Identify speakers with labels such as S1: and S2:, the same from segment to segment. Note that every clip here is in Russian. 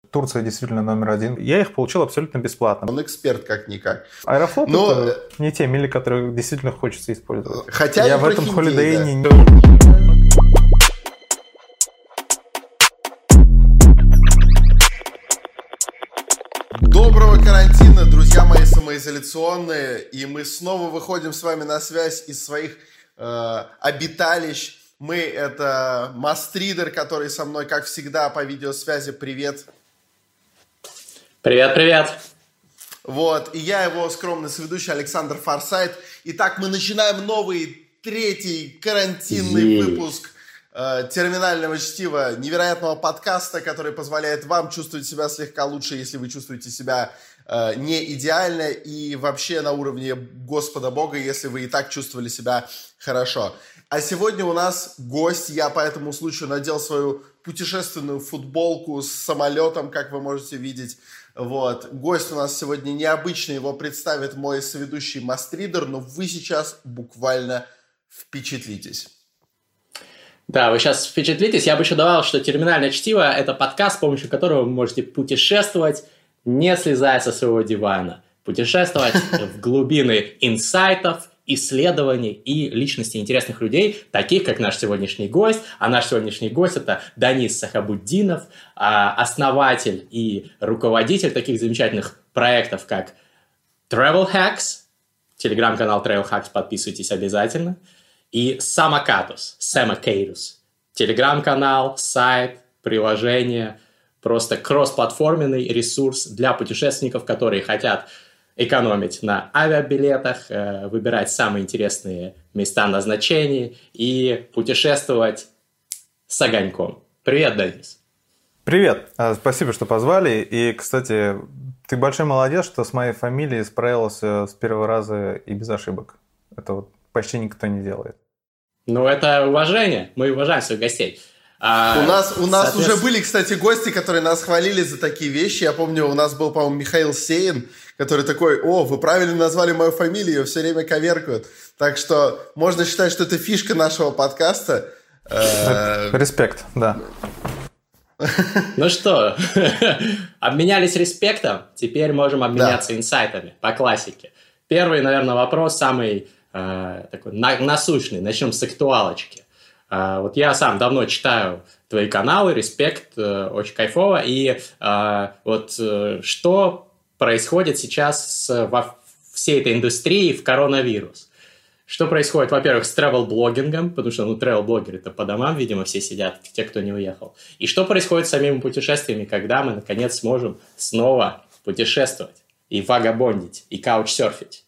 S1: Турция действительно номер один. Я их получил абсолютно бесплатно.
S2: Он эксперт как-никак.
S1: Аэрофлот — это не те мили, которые действительно хочется использовать.
S2: Хотя
S1: я в этом Holiday Inn не...
S2: Доброго карантина, друзья мои самоизоляционные. И мы снова выходим с вами на связь из своих обиталищ. Мы — это Мастридер, который со мной, как всегда, по видеосвязи. Привет.
S3: Привет.
S2: Вот, и я его скромный соведущий Александр Форсайт. Итак, мы начинаем новый, третий карантинный выпуск терминального чтива, невероятного подкаста, который позволяет вам чувствовать себя слегка лучше, если вы чувствуете себя не идеально и вообще на уровне Господа Бога, если вы и так чувствовали себя хорошо. А сегодня у нас гость. Я по этому случаю надел свою путешественную футболку с самолетом, как вы можете видеть. Вот. Гость у нас сегодня необычный, его представит мой соведущий Мастридер, но вы сейчас буквально впечатлитесь.
S3: Да, вы сейчас впечатлитесь. Я бы еще добавил, что терминальное чтиво – это подкаст, с помощью которого вы можете путешествовать, не слезая со своего дивана. Путешествовать в глубины инсайтов, исследований и личностей интересных людей, таких как наш сегодняшний гость. А наш сегодняшний гость – это Данис Сахабуддинов, основатель и руководитель таких замечательных проектов, как Travel Hacks, телеграм-канал Travel Hacks, подписывайтесь обязательно, и Самокатус, телеграм-канал, сайт, приложение, просто кроссплатформенный ресурс для путешественников, которые хотят экономить на авиабилетах, выбирать самые интересные места назначения и путешествовать с огоньком. Привет, Денис.
S1: Привет. Спасибо, что позвали. И, кстати, ты большой молодец, что с моей фамилией справился с первого раза и без ошибок. Это вот почти никто не делает.
S3: Ну, это уважение. Мы уважаем своих гостей.
S2: У нас уже были, кстати, гости, которые нас хвалили за такие вещи. Я помню, у нас был, по-моему, Михаил Сейн, который такой: «О, вы правильно назвали мою фамилию, ее все время коверкают». Так что можно считать, что это фишка нашего подкаста.
S1: Респект, да.
S3: Ну что, обменялись респектом, теперь можем обменяться инсайтами по классике. Первый, наверное, вопрос самый такой насущный. Начнем с актуалочки. Вот я сам давно читаю твои каналы, респект, очень кайфово. И вот что происходит сейчас во всей этой индустрии в коронавирус? Что происходит, во-первых, с travel-блогингом, потому что, travel-блогеры-то по домам, видимо, все сидят, те, кто не уехал. И что происходит с самими путешествиями, когда мы, наконец, сможем снова путешествовать и вагабондить, и каучсерфить?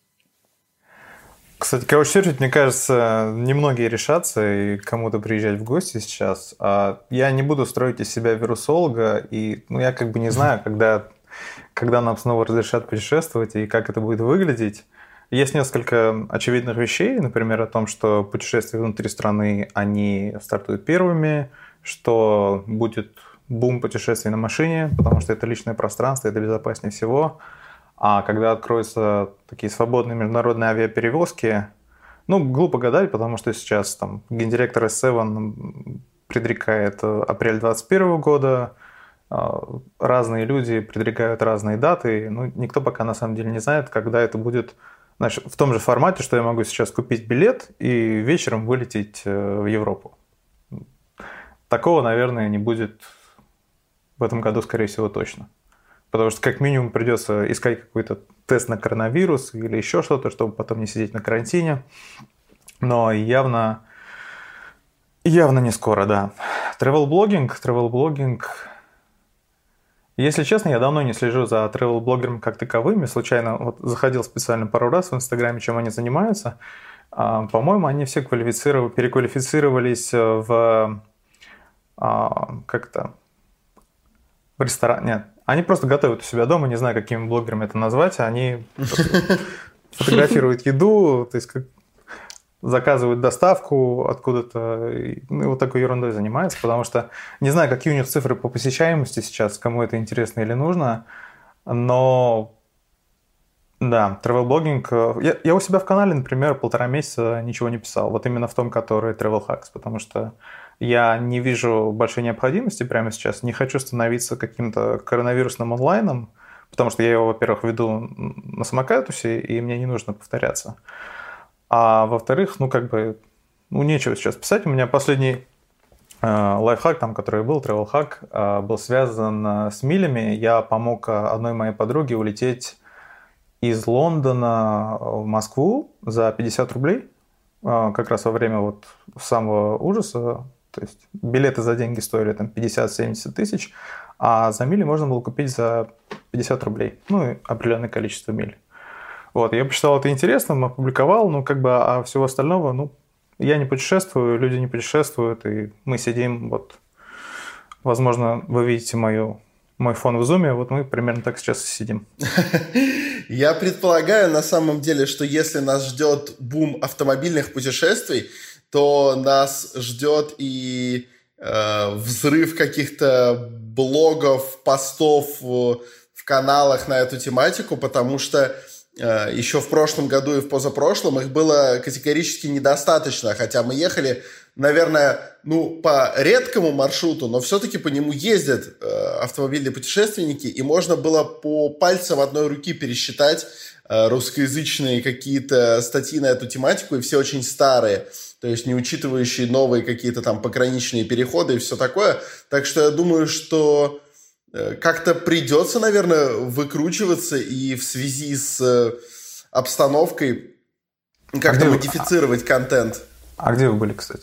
S1: Кстати, каучсерфить, мне кажется, немногие решатся и кому-то приезжать в гости сейчас. Я не буду строить из себя вирусолога, и я как бы не знаю, когда нам снова разрешат путешествовать и как это будет выглядеть. Есть несколько очевидных вещей, например, о том, что путешествия внутри страны, они стартуют первыми, что будет бум путешествий на машине, потому что это личное пространство, это безопаснее всего. А когда откроются такие свободные международные авиаперевозки, глупо гадать, потому что сейчас там гендиректор S7 предрекает апрель 2021 года, разные люди предрекают разные даты, никто пока на самом деле не знает, когда это будет, значит, в том же формате, что я могу сейчас купить билет и вечером вылететь в Европу. Такого, наверное, не будет в этом году, скорее всего, точно. Потому что как минимум придется искать какой-то тест на коронавирус или еще что-то, чтобы потом не сидеть на карантине. Но явно не скоро, да. Travel-блогинг. Если честно, я давно не слежу за travel-блогерами как таковыми. Случайно заходил специально пару раз в Инстаграме, чем они занимаются. По-моему, они все переквалифицировались в ресторан. Нет. Они просто готовят у себя дома, не знаю, какими блогерами это назвать. Они фотографируют еду, то есть заказывают доставку откуда-то, и вот такой ерундой занимаются, потому что не знаю, какие у них цифры по посещаемости сейчас, кому это интересно или нужно, но да, travel-блогинг. Я у себя в канале, например, 1,5 месяца ничего не писал, вот именно в том, который Travel Hacks, потому что Я не вижу большой необходимости прямо сейчас. Не хочу становиться каким-то коронавирусным онлайном, потому что я его, во-первых, веду на самокатусе, и мне не нужно повторяться. А во-вторых, нечего сейчас писать. У меня последний лайфхак, который был, travel-хак, был связан с милями. Я помог одной моей подруге улететь из Лондона в Москву за 50 рублей, как раз во время самого ужаса. То есть билеты за деньги стоили 50-70 тысяч, а за мили можно было купить за 50 рублей. И определенное количество миль. Я посчитал это интересным, опубликовал, а всего остального, я не путешествую, люди не путешествуют, и мы сидим, возможно, вы видите мой фон в зуме, мы примерно так сейчас и сидим.
S2: Я предполагаю, на самом деле, что если нас ждет бум автомобильных путешествий, то нас ждет и взрыв каких-то блогов, постов в каналах на эту тематику, потому что еще в прошлом году и в позапрошлом их было категорически недостаточно, хотя мы ехали, наверное, по редкому маршруту, но все-таки по нему ездят автомобильные путешественники, и можно было по пальцам одной руки пересчитать русскоязычные какие-то статьи на эту тематику, и все очень старые, то есть не учитывающие новые какие-то пограничные переходы и все такое. Так что я думаю, что как-то придется, наверное, выкручиваться и в связи с обстановкой как-то модифицировать контент.
S1: А где вы были, кстати?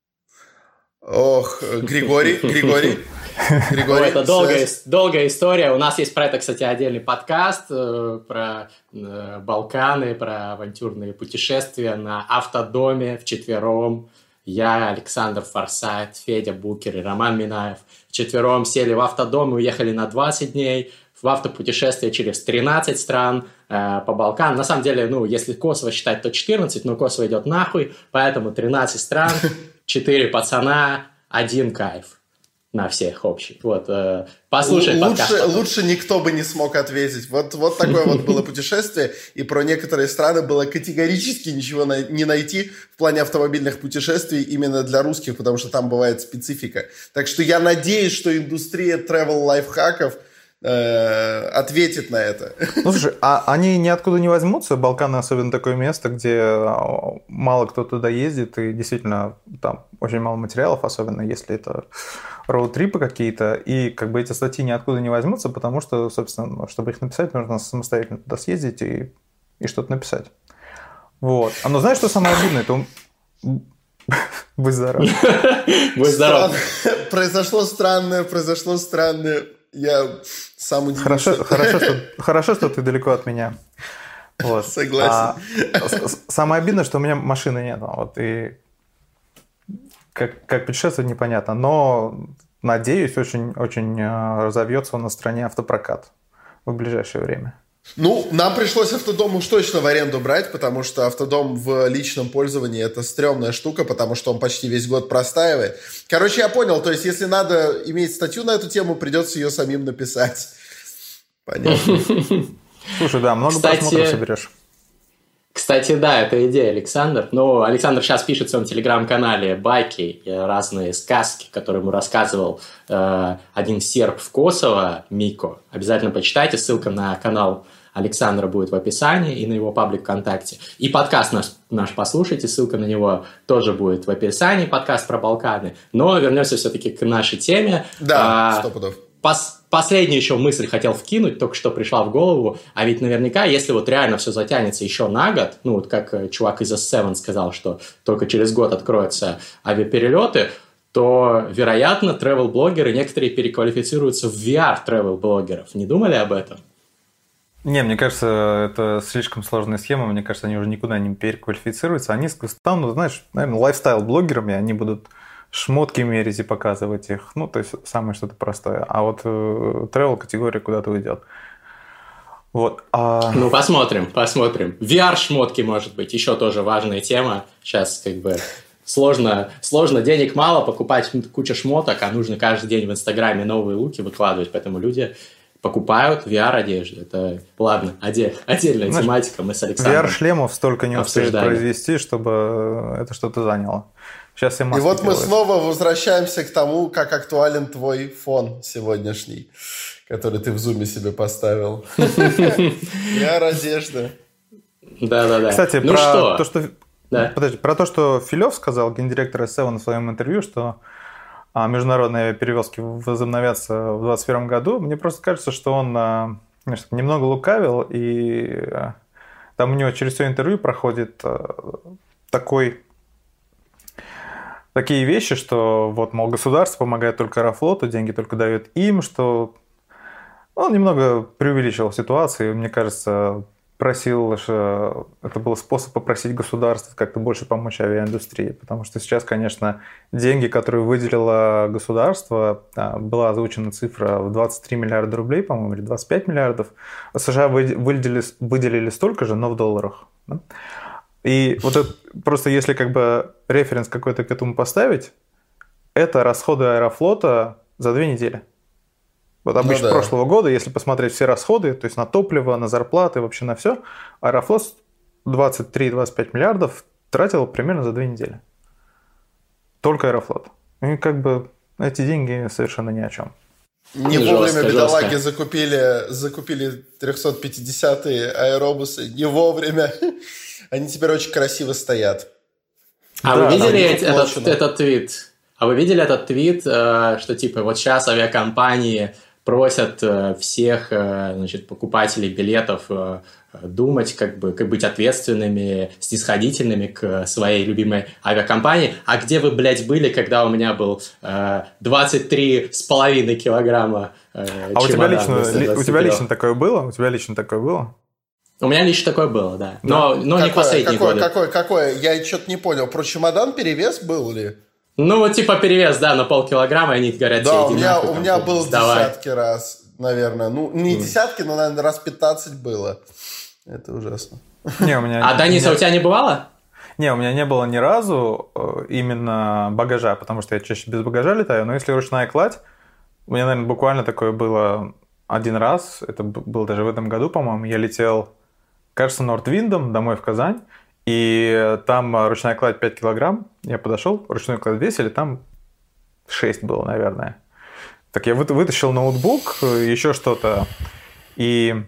S2: Ох, Григорий.
S3: Это долгая история. У нас есть про это, кстати, отдельный подкаст про Балканы, про авантюрные путешествия на автодоме вчетвером. Я, Александр Форсайт, Федя Букер и Роман Минаев вчетвером сели в автодом и уехали на 20 дней в автопутешествие через 13 стран по Балканам. На самом деле, если Косово считать, то 14, но Косово идет нахуй, поэтому 13 стран, 4 пацана, 1 кайф на всех общий. Послушай подкаст.
S2: Лучше никто бы не смог ответить. Вот такое было путешествие, и про некоторые страны было категорически ничего не найти в плане автомобильных путешествий именно для русских, потому что там бывает специфика. Так что я надеюсь, что индустрия travel-лайфхаков ответит на это.
S1: Слушай, а они ниоткуда не возьмутся? Балканы особенно такое место, где мало кто туда ездит, и действительно там очень мало материалов, особенно если это роуд-трипы какие-то, и эти статьи ниоткуда не возьмутся, потому что, собственно, чтобы их написать, нужно самостоятельно туда съездить и что-то написать. Но знаешь, что самое обидное? Это будь здоров.
S3: Будь здоров.
S2: Произошло странное. Я сам удивился.
S1: Хорошо, что ты далеко от меня.
S2: Согласен.
S1: Самое обидное, что у меня машины нет. И как путешествовать, непонятно. Но, надеюсь, очень разовьется у нас в стране автопрокат в ближайшее время.
S2: Нам пришлось автодом уж точно в аренду брать, потому что автодом в личном пользовании – это стрёмная штука, потому что он почти весь год простаивает. Короче, я понял, то есть если надо иметь статью на эту тему, придется ее самим написать. Понятно.
S1: Слушай, да, много просмотров соберешь.
S3: Кстати, да, это идея, Александр. Александр сейчас пишет в своем телеграм-канале байки и разные сказки, которые ему рассказывал один серб в Косово, Мико. Обязательно почитайте, ссылка на канал Александра будет в описании и на его паблик ВКонтакте. И подкаст наш послушайте, ссылка на него тоже будет в описании, подкаст про Балканы. Но вернемся все-таки к нашей теме.
S2: Да, 100%.
S3: Последнюю еще мысль хотел вкинуть, только что пришла в голову. А ведь наверняка, если реально все затянется еще на год, как чувак из S7 сказал, что только через год откроются авиаперелеты, то, вероятно, travel-блогеры некоторые переквалифицируются в VR-travel-блогеров. Не думали об этом?
S1: Не, мне кажется, это слишком сложная схема. Мне кажется, они уже никуда не переквалифицируются. Они станут, наверное, лайфстайл-блогерами, они будут шмотки мерить и показывать их. То есть самое что-то простое. А travel-категория куда-то уйдет.
S3: Посмотрим. VR-шмотки, может быть, еще тоже важная тема. Сейчас сложно, денег мало, покупать кучу шмоток, а нужно каждый день в Инстаграме новые луки выкладывать, поэтому люди покупают VR-одежду. Это, ладно, отдельная тематика, мы с Александром
S1: VR-шлемов столько не успеют произвести, чтобы это что-то заняло. Сейчас все маски
S2: И вот
S1: делают.
S2: мы снова возвращаемся к тому, как актуален твой фон сегодняшний, который ты в зуме себе поставил. Я одежда.
S3: Да.
S1: Кстати,
S3: ну
S1: про
S3: что?
S1: то, что...
S3: Да.
S1: Подожди, про то, что Филев сказал, гендиректор S7 в своем интервью, что международные перевозки возобновятся в 2021 году, мне просто кажется, что он немного лукавил, и там у него через все интервью проходит такие вещи, что вот, мол, государство помогает только Аэрофлоту, деньги только дает им, что он немного преувеличил ситуацию, мне кажется, просил, что это был способ попросить государство как-то больше помочь авиаиндустрии, потому что сейчас, конечно, деньги, которые выделило государство, была озвучена цифра в 23 миллиарда рублей, по-моему, или 25 миллиардов, а США выделили столько же, но в долларах. Да? И вот это просто если как бы референс какой-то к этому поставить, это расходы Аэрофлота за 2 недели. Вот обычно прошлого года, если посмотреть все расходы, то есть на топливо, на зарплаты, вообще на все, Аэрофлот 23-25 миллиардов тратил примерно за 2 недели. Только Аэрофлот. И как бы эти деньги совершенно ни о чем.
S2: Не вовремя бедолаги закупили 350-е аэробусы. Не вовремя. Они теперь очень красиво стоят.
S3: Вы видели этот твит? Вы видели этот твит, что типа вот сейчас авиакомпании просят всех, значит, покупателей билетов думать, как быть ответственными, снисходительными к своей любимой авиакомпании. А где вы, блядь, были, когда у меня был 23,5 килограмма чемодан?
S1: У тебя лично такое было? У тебя лично такое было?
S3: У меня лично такое было, да. Но не последние годы.
S2: Какое? Я что-то не понял. Про чемодан перевес был ли?
S3: Ну, вот типа перевес, да, на полкилограмма, и они говорят,
S2: да, у меня был десятки раз, наверное. Ну, не десятки, но, наверное, раз 15 было. Это ужасно.
S1: Не, у меня,
S3: а Даниса, у тебя не бывало?
S1: Не, у меня не было ни разу именно багажа, потому что я чаще без багажа летаю, но если ручная кладь, у меня, наверное, буквально такое было один раз, это было даже в этом году, по-моему, я летел, кажется, Нортвиндом домой в Казань, и там ручная кладь 5 килограмм, я подошел, ручную кладь весили, там 6 было, наверное. Так я вытащил ноутбук, еще что-то, и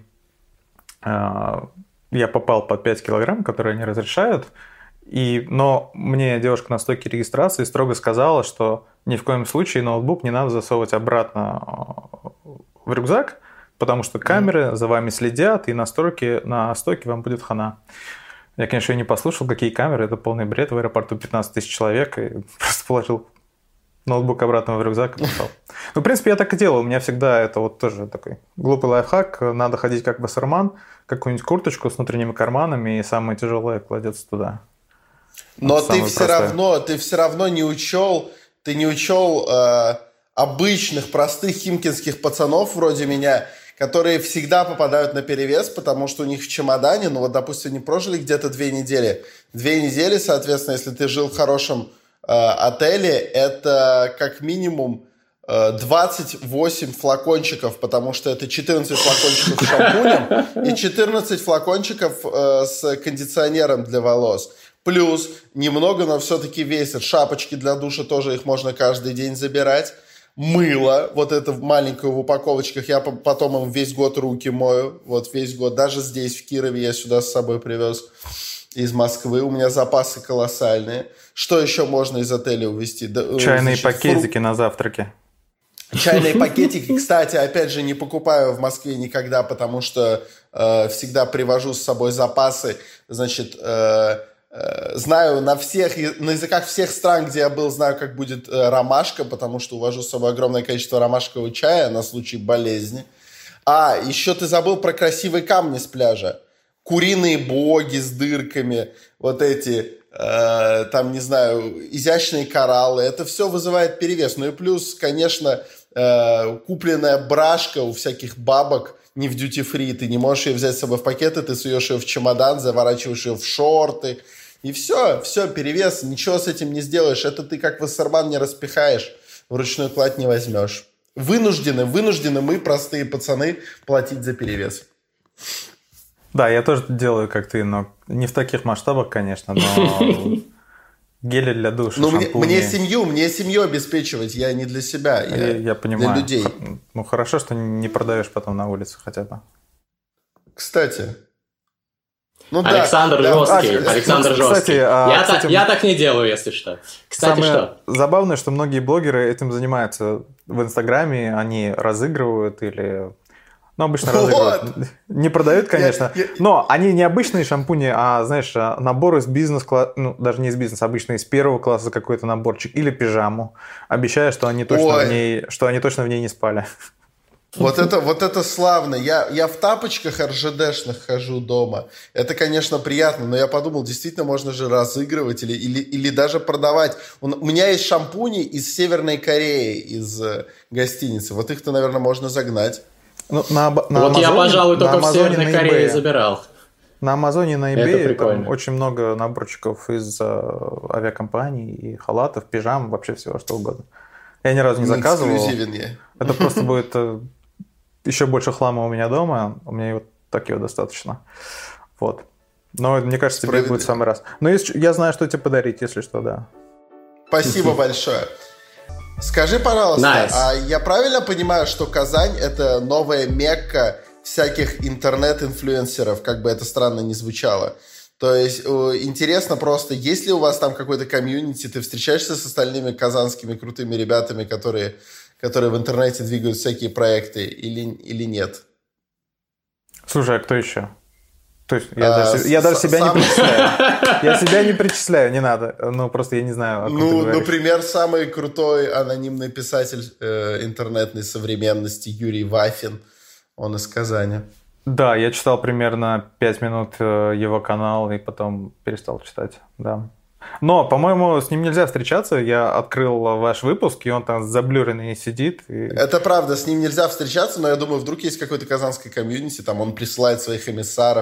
S1: я попал под 5 килограмм, которые они разрешают, но мне девушка на стойке регистрации строго сказала, что ни в коем случае ноутбук не надо засовывать обратно в рюкзак, потому что камеры за вами следят, и на стойке вам будет хана. Я, конечно, не послушал, какие камеры, это полный бред. В аэропорту 15 тысяч человек, и просто положил ноутбук обратно в рюкзак и пошел. Ну, в принципе, я так и делал. У меня всегда это вот тоже такой глупый лайфхак. Надо ходить как басурман, какую-нибудь курточку с внутренними карманами, и самое тяжелое кладется туда.
S2: Но ты все равно не учел обычных, простых химкинских пацанов вроде меня, которые всегда попадают на перевес, потому что у них в чемодане, ну вот, допустим, они прожили где-то 2 недели. 2 недели, соответственно, если ты жил в хорошем отеле, это как минимум 28 флакончиков, потому что это 14 флакончиков с шампунем и 14 флакончиков с кондиционером для волос. Плюс немного, но все-таки весят. Шапочки для душа тоже, их можно каждый день забирать. Мыло, вот это маленькое в упаковочках, я потом им весь год руки мою, вот весь год. Даже здесь, в Кирове, я сюда с собой привез из Москвы. У меня запасы колоссальные. Что еще можно из отеля увезти?
S1: Чайные пакетики на завтраке.
S2: Чайные пакетики, кстати, опять же, не покупаю в Москве никогда, потому что всегда привожу с собой запасы. Значит, знаю на языках всех стран, где я был, знаю, как будет ромашка, потому что увожу с собой огромное количество ромашкового чая на случай болезни. Еще ты забыл про красивые камни с пляжа. Куриные боги с дырками, вот эти, там, не знаю, изящные кораллы. Это все вызывает перевес. Ну и плюс, конечно, купленная брашка у всяких бабок не в дьюти-фри. Ты не можешь ее взять с собой в пакеты, ты суешь ее в чемодан, заворачиваешь ее в шорты. И все, перевес, ничего с этим не сделаешь. Это ты как вассерман не распихаешь, в ручную кладь не возьмешь. Вынуждены мы, простые пацаны, платить за перевес.
S1: Да, я тоже делаю, как ты, но не в таких масштабах, конечно, но Гели для душа,
S2: Ну,
S1: шампуни.
S2: мне семью обеспечивать, я не для себя,
S1: Я понимаю.
S2: Для людей.
S1: Ну, хорошо, что не продаешь потом на улице хотя бы.
S2: Кстати. Ну,
S3: Александр жесткий. Александр жесткий. Я так не делаю, если что. Кстати,
S1: самое забавное, что многие блогеры этим занимаются в Инстаграме, они разыгрывают или... Ну, обычно разыгрывают. Не продают, конечно. Но они не обычные шампуни, а, знаешь, набор из бизнес-класса, ну, даже не из бизнеса, обычно из первого класса какой-то наборчик, или пижаму, обещая, что они точно в ней не спали.
S2: Вот это славно. Я в тапочках РЖДшных хожу дома. Это, конечно, приятно, но я подумал, действительно, можно же разыгрывать или даже продавать. У меня есть шампуни из Северной Кореи, из гостиницы. Вот их-то, наверное, можно загнать.
S1: Ну,
S3: я, пожалуй, только в Северной Корее забирал.
S1: На Амазоне, на eBay там очень много наборчиков из авиакомпаний и халатов, пижам, вообще всего что угодно. Я ни разу не заказывал. Это просто будет еще больше хлама у меня дома. У меня вот так его достаточно. Вот. Но мне кажется, тебе будет в самый раз. Но я знаю, что тебе подарить, если что, да.
S2: Спасибо большое. Скажи, пожалуйста, а я правильно понимаю, что Казань – это новая Мекка всяких интернет-инфлюенсеров, как бы это странно ни звучало? То есть интересно просто, есть ли у вас там какой-то комьюнити, ты встречаешься с остальными казанскими крутыми ребятами, которые в интернете двигают всякие проекты, или нет?
S1: Слушай, а кто еще? То есть я даже себя не причисляю. Я себя не причисляю, не надо. Ну, просто я не знаю, о ком ты говоришь.
S2: Например, самый крутой анонимный писатель интернетной современности Юрий Вафин. Он из Казани.
S1: Да, я читал примерно 5 минут его канал и потом перестал читать, да. Но, по-моему, с ним нельзя встречаться. Я открыл ваш выпуск, и он там заблюренный сидит.
S2: Это правда, с ним нельзя встречаться, но я думаю, вдруг есть какой-то казанский комьюнити, там он присылает своих эмиссаров.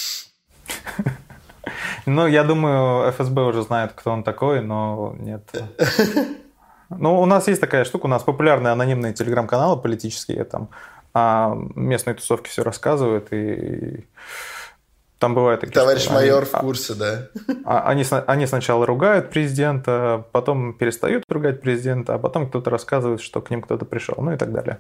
S1: Ну, я думаю, ФСБ уже знает, кто он такой, но нет. Ну, у нас есть такая штука, у нас популярные анонимные телеграм-каналы политические, там о местной тусовке все рассказывают, и там бывают такие...
S2: Товарищ майор в курсе, да?
S1: Они сначала ругают президента, потом перестают ругать президента, а потом кто-то рассказывает, что к ним кто-то пришел, ну и так далее.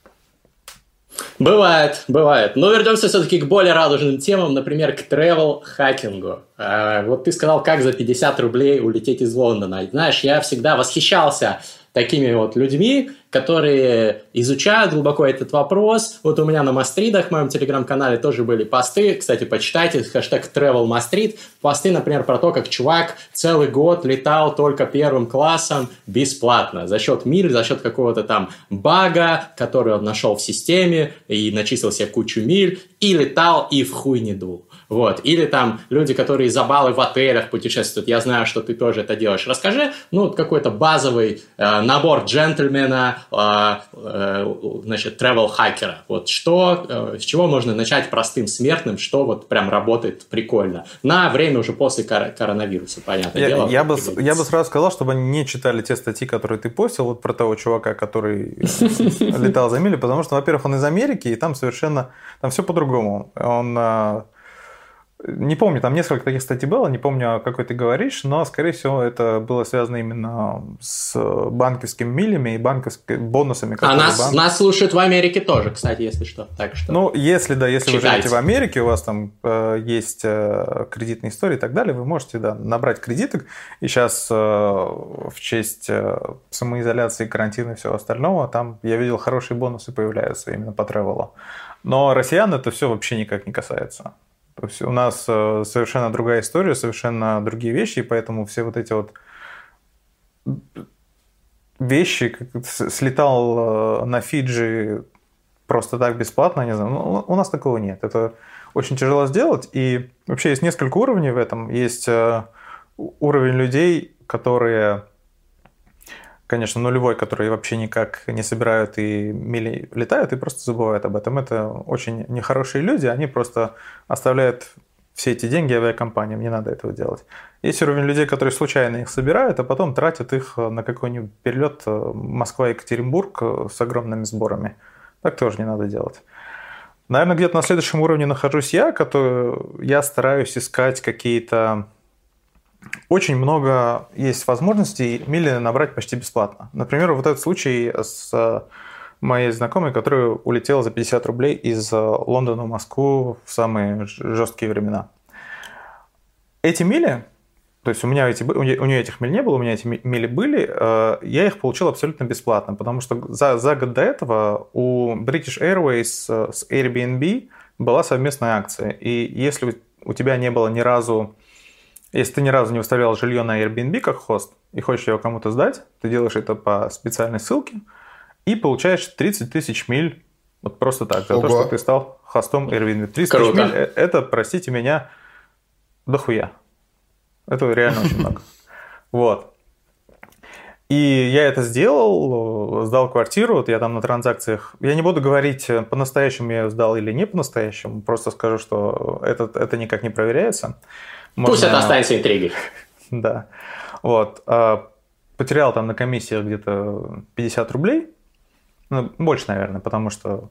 S3: Бывает. Но вернемся все-таки к более радужным темам, например, к тревел-хакингу. Вот ты сказал, как за 50 рублей улететь из Лондона. Знаешь, я всегда восхищался такими вот людьми, которые изучают глубоко этот вопрос. Вот у меня на Мастридах, в моем телеграм-канале, тоже были посты. Кстати, почитайте, хэштег TravelMastrid. Посты, например, про то, как чувак целый год летал только первым классом бесплатно. За счет миль, за счет какого-то там бага, который он нашел в системе, и начислил себе кучу миль, и летал, и в хуй не дул. Вот. Или там люди, которые за баллы в отелях путешествуют. Я знаю, что ты тоже это делаешь. Расскажи, какой-то базовый набор джентльмена, значит, travel-хакера. Вот с чего можно начать простым смертным, что вот прям работает прикольно. На время уже после коронавируса, понятное дело.
S1: Я бы сразу сказал, чтобы они не читали те статьи, которые ты постил, вот про того чувака, который летал за мили, потому что, во-первых, он из Америки, и там совершенно, там все по-другому. Он... Не помню, там несколько таких статей было, не помню, о какой ты говоришь, но, скорее всего, это было связано именно с банковскими милями и банковскими бонусами.
S3: Нас слушают в Америке тоже, кстати, если что. Так что
S1: ну, если вы живете в Америке, у вас там есть кредитные истории и так далее, вы можете набрать кредиток. И сейчас в честь самоизоляции, карантина и всего остального, там, я видел, хорошие бонусы появляются именно по тревелу. Но россиян это все вообще никак не касается. То есть у нас совершенно другая история, совершенно другие вещи, и поэтому все вот эти вот вещи, как слетал на Фиджи просто так бесплатно, не знаю, у нас такого нет. Это очень тяжело сделать, и вообще есть несколько уровней в этом. Есть уровень людей, которые... Конечно, нулевой, которые вообще никак не собирают и мили летают, и просто забывают об этом. Это очень нехорошие люди, они просто оставляют все эти деньги авиакомпаниям, не надо этого делать. Есть уровень людей, которые случайно их собирают, а потом тратят их на какой-нибудь перелет Москва-Екатеринбург с огромными сборами. Так тоже не надо делать. Наверное, где-то на следующем уровне нахожусь я стараюсь искать какие-то очень много есть возможностей мили набрать почти бесплатно. Например, вот этот случай с моей знакомой, которая улетела за 50 рублей из Лондона в Москву в самые жесткие времена. Эти мили, то есть у нее этих миль не было, у меня эти мили были, я их получил абсолютно бесплатно, потому что за год до этого у British Airways с Airbnb была совместная акция. И если у тебя не было если ты ни разу не выставлял жилье на Airbnb как хост и хочешь его кому-то сдать, ты делаешь это по специальной ссылке и получаешь 30 тысяч миль вот просто так, за то, что ты стал хостом Airbnb. 30 тысяч миль – это, простите меня, дохуя. Это реально очень много. Вот. И я это сделал, сдал квартиру, вот я там на транзакциях... Я не буду говорить, по-настоящему я ее сдал или не по-настоящему, просто скажу, что это никак не проверяется.
S3: Пусть это останется интригой.
S1: Да. Вот. Потерял там на комиссиях где-то 50 рублей. Ну, больше, наверное, потому что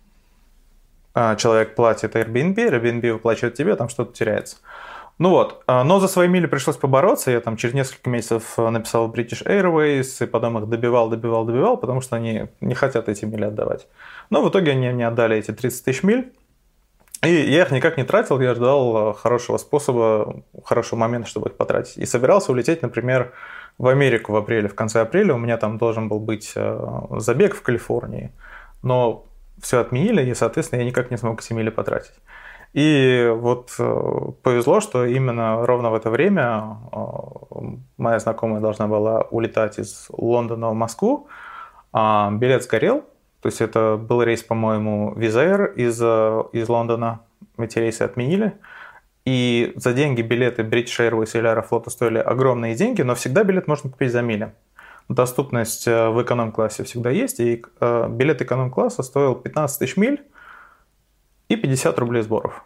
S1: человек платит Airbnb выплачивает тебе, там что-то теряется. Ну вот, но за свои мили пришлось побороться. Я там через несколько месяцев написал в British Airways, и потом их добивал, потому что они не хотят эти мили отдавать. Но в итоге они мне отдали эти 30 тысяч миль. И я их никак не тратил, я ждал хорошего способа, хорошего момента, чтобы их потратить. И собирался улететь, например, в Америку в конце апреля. У меня там должен был быть забег в Калифорнии. Но все отменили, и, соответственно, я никак не смог эти мили потратить. И вот повезло, что именно ровно в это время моя знакомая должна была улетать из Лондона в Москву, а билет сгорел. То есть это был рейс, по-моему, Wizz Air из Лондона. Эти рейсы отменили. И за деньги билеты British Airways или Аэрофлота стоили огромные деньги, но всегда билет можно купить за мили. Доступность в эконом-классе всегда есть. И билет эконом-класса стоил 15 тысяч миль и 50 рублей сборов.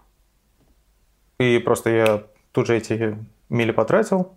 S1: И просто я тут же эти мили потратил.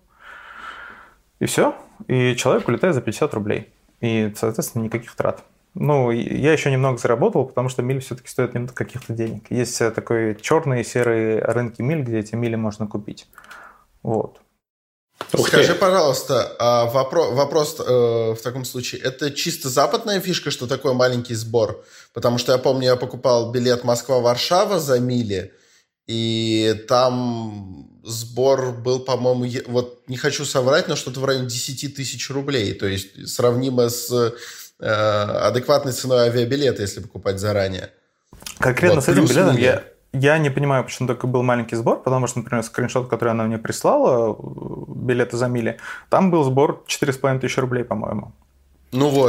S1: И все. И человек улетает за 50 рублей. И, соответственно, никаких трат. Ну, я еще немного заработал, потому что мили все-таки стоят немного каких-то денег. Есть такой черные и серые рынки миль, где эти мили можно купить. Вот.
S2: Скажи, пожалуйста, вопрос в таком случае. Это чисто западная фишка, что такой маленький сбор? Потому что я помню, я покупал билет Москва-Варшава за мили, и там сбор был, по-моему, вот не хочу соврать, но что-то в районе 10 тысяч рублей. То есть сравнимо с адекватной ценой авиабилета, если покупать заранее.
S1: Конкретно вот, с этим билетом я не понимаю, почему только был маленький сбор, потому что, например, скриншот, который она мне прислала, билеты за мили, там был сбор 4500 рублей, по-моему.
S2: Ну вот,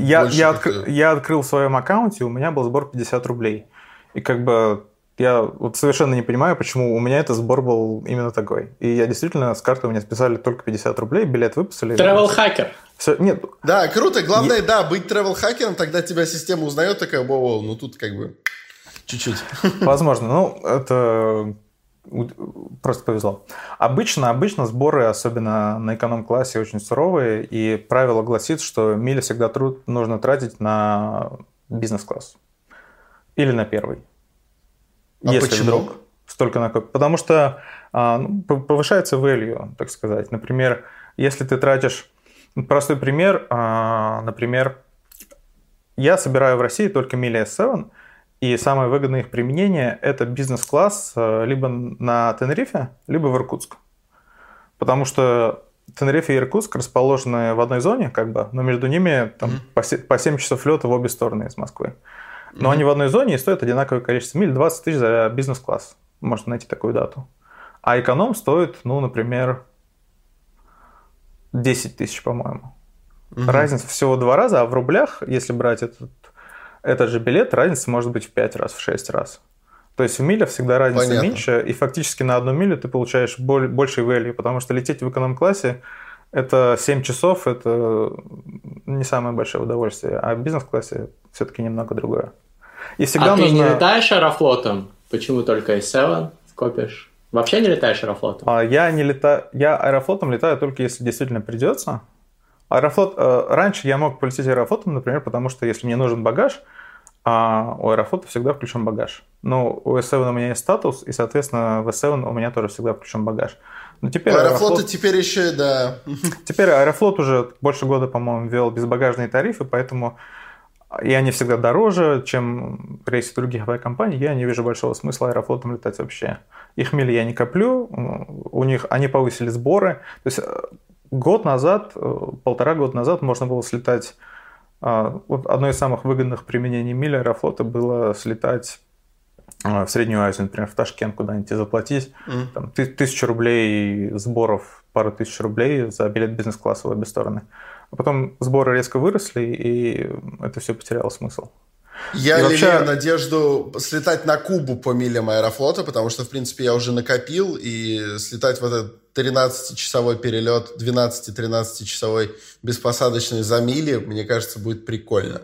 S1: я открыл в своем аккаунте, у меня был сбор 50 рублей. И как бы я вот совершенно не понимаю, почему у меня этот сбор был именно такой. И я действительно с карты у меня списали только 50 рублей, билет выписали.
S3: Travel-хакер.
S1: Все, нет.
S2: Да, круто. Главное, быть travel-хакером, тогда тебя система узнает, такая, воу, ну тут как бы чуть-чуть.
S1: Возможно. Ну, это просто повезло. Обычно сборы, особенно на эконом-классе, очень суровые, и правило гласит, что мили всегда нужно тратить на бизнес-класс. Или на первый.
S2: Если почему?
S1: Вдруг столько накопить. Потому что повышается value, так сказать. Например, если ты тратишь... Простой пример. Например, я собираю в России только мили S7, и самое выгодное их применение – это бизнес-класс либо на Тенерифе, либо в Иркутск. Потому что Тенерифе и Иркутск расположены в одной зоне, как бы, но между ними там, по 7 часов лета в обе стороны из Москвы. Но они в одной зоне и стоят одинаковое количество миль, 20 тысяч за бизнес-класс. Можно найти такую дату. А эконом стоит, например, 10 тысяч, по-моему. Разница всего 2 раза, а в рублях, если брать этот же билет, разница может быть в 5 раз, в 6 раз. То есть в милях всегда разница меньше, и фактически на одну милю ты получаешь больший value, потому что лететь в эконом-классе это 7 часов, это не самое большое удовольствие, а в бизнес-классе все-таки немного другое. И всегда
S3: ты не летаешь Аэрофлотом? Почему только S7 копишь? Вообще не летаешь Аэрофлотом?
S1: Я не летаю. Я Аэрофлотом летаю только если действительно придется. Аэрофлот... Раньше я мог полететь Аэрофлотом, например, потому что если мне нужен багаж, а у Аэрофлота всегда включен багаж. Ну, у S7 у меня есть статус, и, соответственно, в S7 у меня тоже всегда включен багаж. Но теперь
S2: у Аэрофлота теперь еще, да.
S1: Теперь Аэрофлот уже больше года, по-моему, ввел безбагажные тарифы, поэтому и они всегда дороже, чем рейсы других авиакомпаний. Я не вижу большого смысла Аэрофлотом летать вообще. Их мили я не коплю, они повысили сборы. То есть год назад, 1,5 года назад можно было слетать. Вот одно из самых выгодных применений миль Аэрофлота было слетать в Среднюю Азию, например, в Ташкент куда-нибудь и заплатить там, 1000 рублей сборов, пару тысяч рублей за билет бизнес-класса в обе стороны. А потом сборы резко выросли, и это все потеряло смысл.
S2: Я лелею надежду слетать на Кубу по милям Аэрофлота, потому что, в принципе, я уже накопил, и слетать в этот 13-часовой перелет, 12-13-часовой беспосадочный за мили, мне кажется, будет прикольно.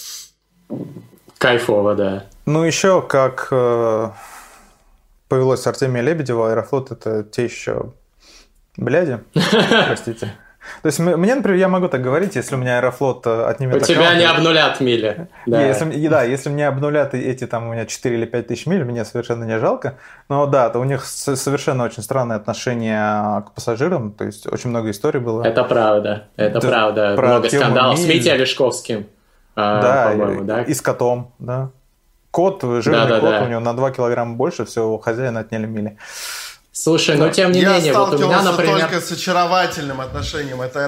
S3: Кайфово, да.
S1: Ну, еще как повелось с Артемия Лебедева, Аэрофлот – это те еще бляди, простите. То есть мне, например, я могу так говорить, если у меня Аэрофлот отнимет аккаунт.
S3: У тебя не обнулят мили.
S1: Да. Если мне обнулят эти там у меня 4 или 5 тысяч миль, мне совершенно не жалко. Но да, то у них совершенно очень странное отношение к пассажирам, то есть очень много историй было.
S3: Это правда, правда. Много скандалов с Митей Олешковским, по-моему, да?
S1: И с котом, да. Кот, жирный кот, у него на 2 килограмма больше, все, у хозяина отняли мили.
S3: Слушай, но тем не менее, вот у меня, например...
S2: Я сталкивался только с очаровательным отношением. Это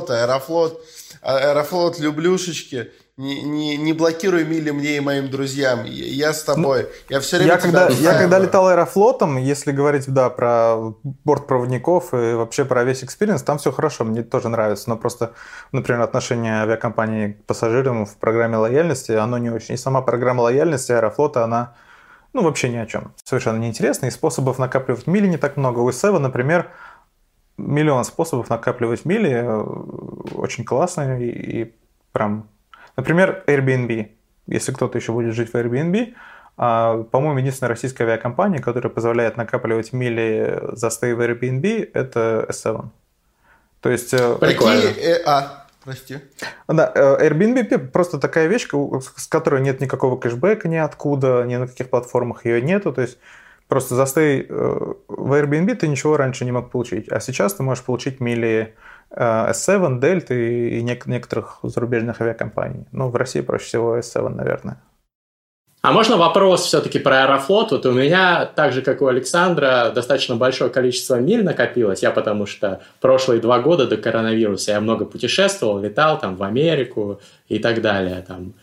S2: Аэрофлот, люблюшечки. Не блокируй мили мне и моим друзьям. Я с тобой. Я все время
S1: Я когда летал Аэрофлотом, если говорить, да, про бортпроводников и вообще про весь экспириенс, там все хорошо, мне тоже нравится. Но просто, например, отношение авиакомпании к пассажирам в программе лояльности, оно не очень. И сама программа лояльности Аэрофлота, она... Ну, вообще ни о чем. Совершенно неинтересно. И способов накапливать мили не так много. У S7, например, миллион способов накапливать мили. Очень классно. И прям... Например, Airbnb. Если кто-то еще будет жить в Airbnb, по-моему, единственная российская авиакомпания, которая позволяет накапливать мили за стей в Airbnb, это S7. То есть...
S3: Прикольно.
S2: Прости.
S1: Да, Airbnb просто такая вещь, с которой нет никакого кэшбэка ниоткуда, ни на каких платформах ее нету. То есть просто за стей в Airbnb ты ничего раньше не мог получить. А сейчас ты можешь получить мили S7, Delta и некоторых зарубежных авиакомпаний. Ну, в России проще всего S7, наверное.
S3: А можно вопрос все-таки про Аэрофлот? Вот у меня, так же, как у Александра, достаточно большое количество миль накопилось. Я потому что прошлые 2 года до коронавируса я много путешествовал, летал там в Америку и так далее. Там,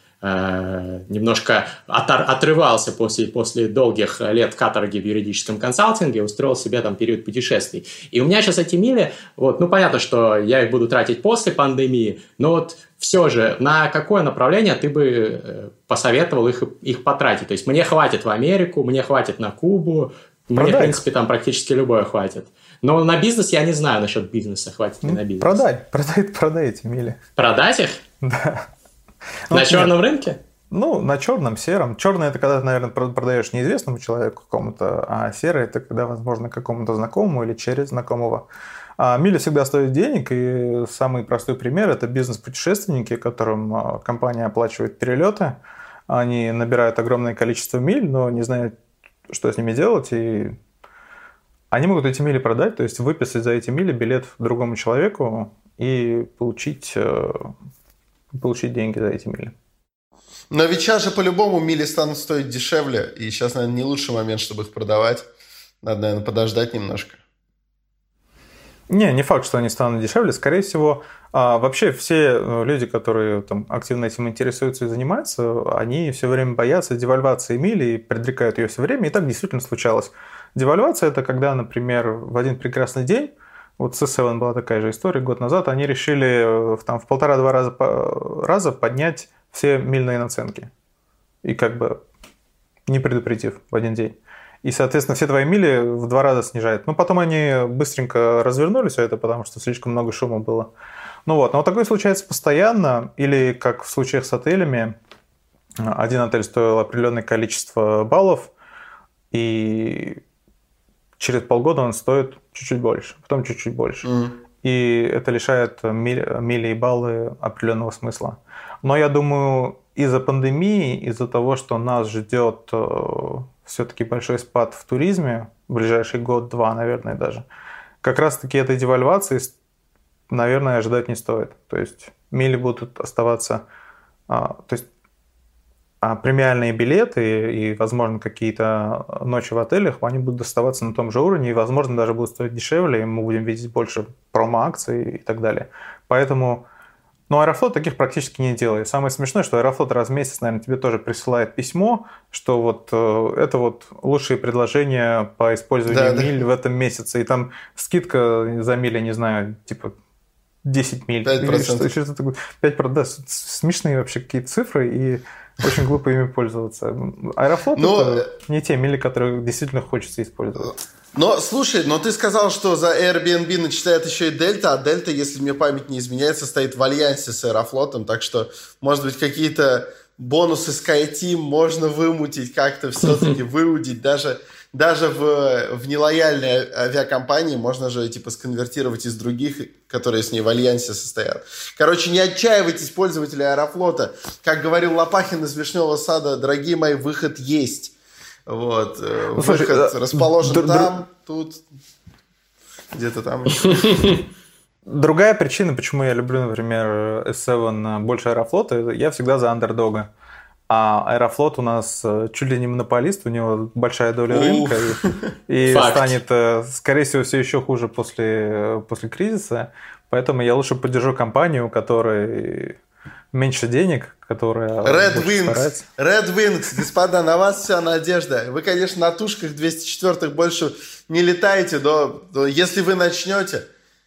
S3: немножко отрывался после долгих лет каторги в юридическом консалтинге, устроил себе там период путешествий. И у меня сейчас эти мили, вот, ну понятно, что я их буду тратить после пандемии, но вот все же, на какое направление ты бы посоветовал их потратить? То есть мне хватит в Америку, мне хватит на Кубу, мне, в принципе, там практически любое хватит. Но на бизнес я не знаю насчет бизнеса, хватит ли на бизнес.
S1: Продай эти мили.
S3: Продать их?
S1: Да.
S3: На черном рынке?
S1: Ну, на черном, сером. Черный – это когда ты, наверное, продаешь неизвестному человеку какому-то, а серый – это когда, возможно, какому-то знакомому или через знакомого. А мили всегда стоят денег, и самый простой пример – это бизнес-путешественники, которым компания оплачивает перелеты. Они набирают огромное количество миль, но не знают, что с ними делать, и они могут эти мили продать, то есть выписать за эти мили билет другому человеку и получить деньги за эти мили.
S2: Но ведь сейчас же по-любому мили станут стоить дешевле, и сейчас, наверное, не лучший момент, чтобы их продавать. Надо, наверное, подождать немножко.
S1: Не факт, что они станут дешевле. Скорее всего, вообще все люди, которые там активно этим интересуются и занимаются, они все время боятся девальвации мили и предрекают ее все время. И так действительно случалось. Девальвация – это когда, например, в один прекрасный день, вот с S7 была такая же история, год назад, они решили там, в 1,5-2 раза поднять все мильные наценки. И как бы не предупредив в один день. И, соответственно, все твои мили в 2 раза снижают. Но потом они быстренько развернули все это, потому что слишком много шума было. Ну вот, но вот такое случается постоянно. Или, как в случаях с отелями, один отель стоил определенное количество баллов, и через полгода он стоит чуть-чуть больше, потом чуть-чуть больше. И это лишает мили и баллы определенного смысла. Но я думаю, из-за пандемии, из-за того, что нас ждет все-таки большой спад в туризме, в ближайший год-два, наверное, даже, как раз-таки этой девальвации, наверное, ожидать не стоит. То есть мили будут оставаться... То есть премиальные билеты и, возможно, какие-то ночи в отелях, они будут оставаться на том же уровне и, возможно, даже будут стоить дешевле, и мы будем видеть больше промо-акций и так далее. Поэтому... Аэрофлот таких практически не делает. Самое смешное, что Аэрофлот раз в месяц, наверное, тебе тоже присылает письмо, что вот это вот лучшие предложения по использованию миль в этом месяце. И там скидка за мили, не знаю, типа 10 миль.
S2: 5%.
S1: Что-то такое. 5%, да, смешные вообще какие-то цифры, и очень глупо ими пользоваться. Аэрофлот это не те мили, которые действительно хочется использовать.
S2: Но, слушай, ты сказал, что за Airbnb начисляет еще и Дельта, а Дельта, если мне память не изменяет, состоит в альянсе с Аэрофлотом, так что, может быть, какие-то бонусы SkyTeam можно вымутить, как-то все-таки выудить, даже в нелояльной авиакомпании можно же, типа, сконвертировать из других, которые с ней в альянсе состоят. Короче, не отчаивайтесь, пользователи Аэрофлота. Как говорил Лопахин из Вишневого сада, дорогие мои, выход есть. Вот, выход расположен там, тут, где-то там.
S1: Другая причина, почему я люблю, например, S7 больше Аэрофлота, я всегда за андердога. А Аэрофлот у нас чуть ли не монополист, у него большая доля рынка, и станет, скорее всего, все еще хуже после кризиса. Поэтому я лучше поддержу компанию, у которой меньше денег, которая...
S2: Red Wings, господа, на вас вся надежда. Вы, конечно, на тушках 204-х больше не летаете, но если вы начнете,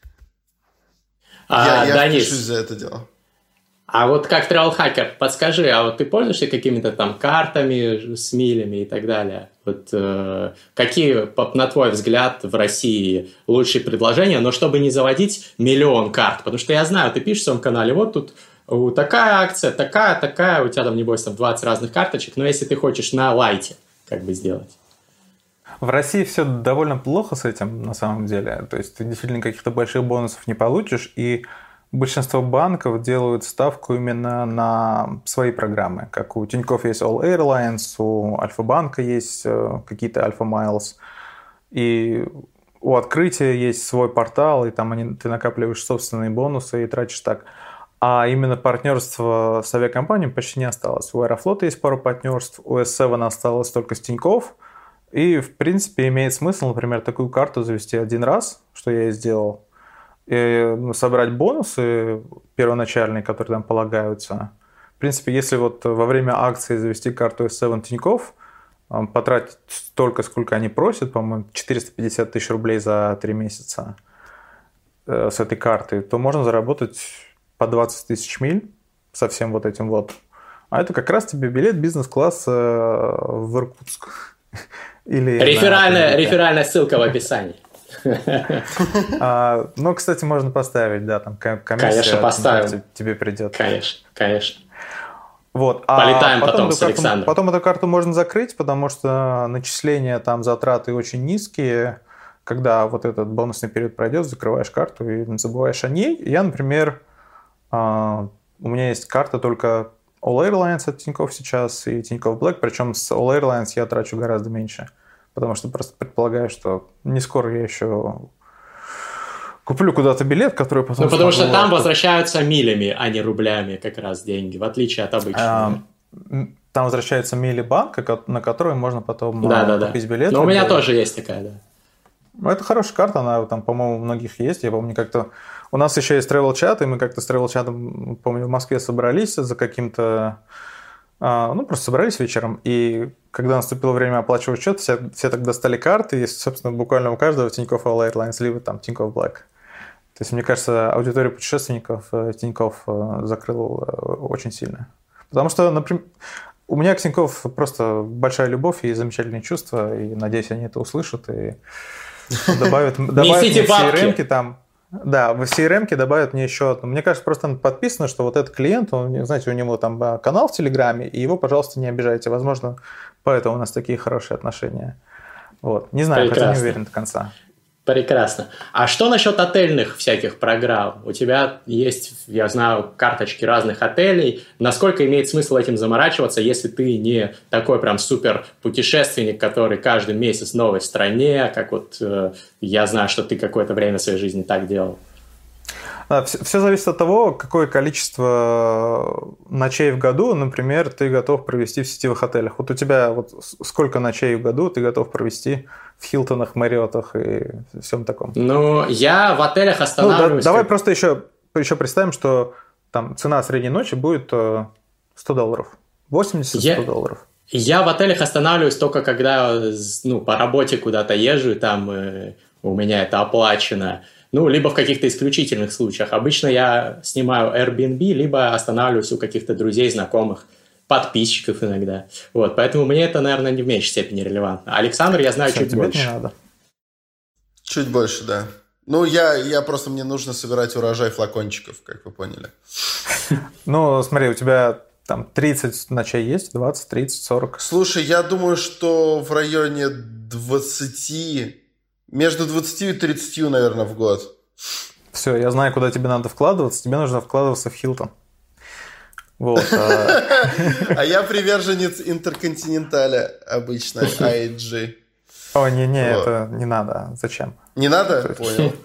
S2: я впишусь за это дело.
S3: А вот как travel-hacker, подскажи, а вот ты пользуешься какими-то там картами с милями и так далее? Вот какие, на твой взгляд, в России лучшие предложения, но чтобы не заводить миллион карт? Потому что я знаю, ты пишешь в своем канале, вот тут такая акция, такая, у тебя там, небось, там 20 разных карточек, но если ты хочешь на лайте, как бы сделать?
S1: В России все довольно плохо с этим, на самом деле. То есть ты действительно каких-то больших бонусов не получишь, и большинство банков делают ставку именно на свои программы. Как у Тинькофф есть All Airlines, у Альфа-банка есть какие-то Alpha Miles, и у Открытия есть свой портал, и там ты накапливаешь собственные бонусы и тратишь так. А именно партнерство с авиакомпаниями почти не осталось. У Аэрофлота есть пару партнерств, у S7 осталось только с Тинькофф. И, в принципе, имеет смысл, например, такую карту завести один раз, что я и сделал, и собрать бонусы первоначальные, которые там полагаются. В принципе, если вот во время акции завести карту S7 Тинькофф, потратить столько, сколько они просят, по-моему, 450 тысяч рублей за 3 месяца с этой карты, то можно заработать по 20 тысяч миль со всем вот этим вот. А это как раз тебе билет бизнес-класса в Иркутск. Или
S3: реферальная ссылка в описании.
S1: Ну, кстати, можно поставить, да, там комиссия тебе придет.
S3: Конечно.
S1: Вот.
S3: Полетаем потом с Александром.
S1: Потом эту карту можно закрыть, потому что начисления, там затраты очень низкие. Когда вот этот бонусный период пройдет, закрываешь карту и забываешь о ней. Я, например, у меня есть карта только All Airlines от Тинькофф сейчас и Тинькофф Black, причем с All Airlines я трачу гораздо меньше, потому что просто предполагаю, что не скоро я еще куплю куда-то билет, который потом...
S3: Ну, потому что там возвращаются милями, а не рублями как раз деньги, в отличие от обычного.
S1: Там возвращаются мили банка, на которые можно потом купить билет.
S3: Но у меня тоже есть такая, да.
S1: Ну, это хорошая карта, она там, по-моему, у многих есть. Я помню, как-то... У нас еще есть travel-чат, и мы как-то с travel-чатом, помню, в Москве собрались за каким-то... просто собрались вечером, и когда наступило время оплачивать счет, все тогда достали карты, и, собственно, буквально у каждого Тинькофф All Airlines, либо там Тинькофф Black. То есть, мне кажется, аудиторию путешественников Тинькофф закрыл очень сильно. Потому что, например, у меня к Тинькофф просто большая любовь и замечательные чувства, и, надеюсь, они это услышат, и добавят мне CRM-ки там. Да, в CRM-ке добавят мне еще одну. Мне кажется, просто подписано, что вот этот клиент, знаете, у него там канал в Телеграме, и его, пожалуйста, не обижайте. Возможно, поэтому у нас такие хорошие отношения. Вот. Не знаю, хотя не уверен до конца.
S3: Прекрасно. А что насчет отельных всяких программ? У тебя есть, я знаю, карточки разных отелей. Насколько имеет смысл этим заморачиваться, если ты не такой прям супер путешественник, который каждый месяц в новой стране, как вот я знаю, что ты какое-то время в своей жизни так делал?
S1: Все зависит от того, какое количество ночей в году, например, ты готов провести в сетевых отелях. Вот у тебя вот сколько ночей в году ты готов провести в Хилтонах, Марриотах и всем таком?
S3: Ну, я в отелях останавливаюсь...
S1: Давай просто еще представим, что там цена средней ночи будет $100. 80-100 долларов.
S3: Я в отелях останавливаюсь только когда по работе куда-то езжу, там у меня это оплачено. Либо в каких-то исключительных случаях. Обычно я снимаю Airbnb, либо останавливаюсь у каких-то друзей, знакомых, подписчиков иногда. Вот, поэтому мне это, наверное, не в меньшей степени релевантно. Александр, я знаю, чуть больше.
S1: Не надо.
S2: Чуть больше, да. Я просто, мне нужно собирать урожай флакончиков, как вы поняли.
S1: Смотри, у тебя там 30 ночей есть, 20, 30, 40.
S2: Слушай, я думаю, что в районе 20... Между 20 и 30, наверное, в год.
S1: Все, я знаю, куда тебе надо вкладываться. Тебе нужно вкладываться в Хилтон. Вот.
S2: А я приверженец Интерконтиненталя обычно, IHG.
S1: О, это не надо. Зачем?
S2: Не надо? Понял.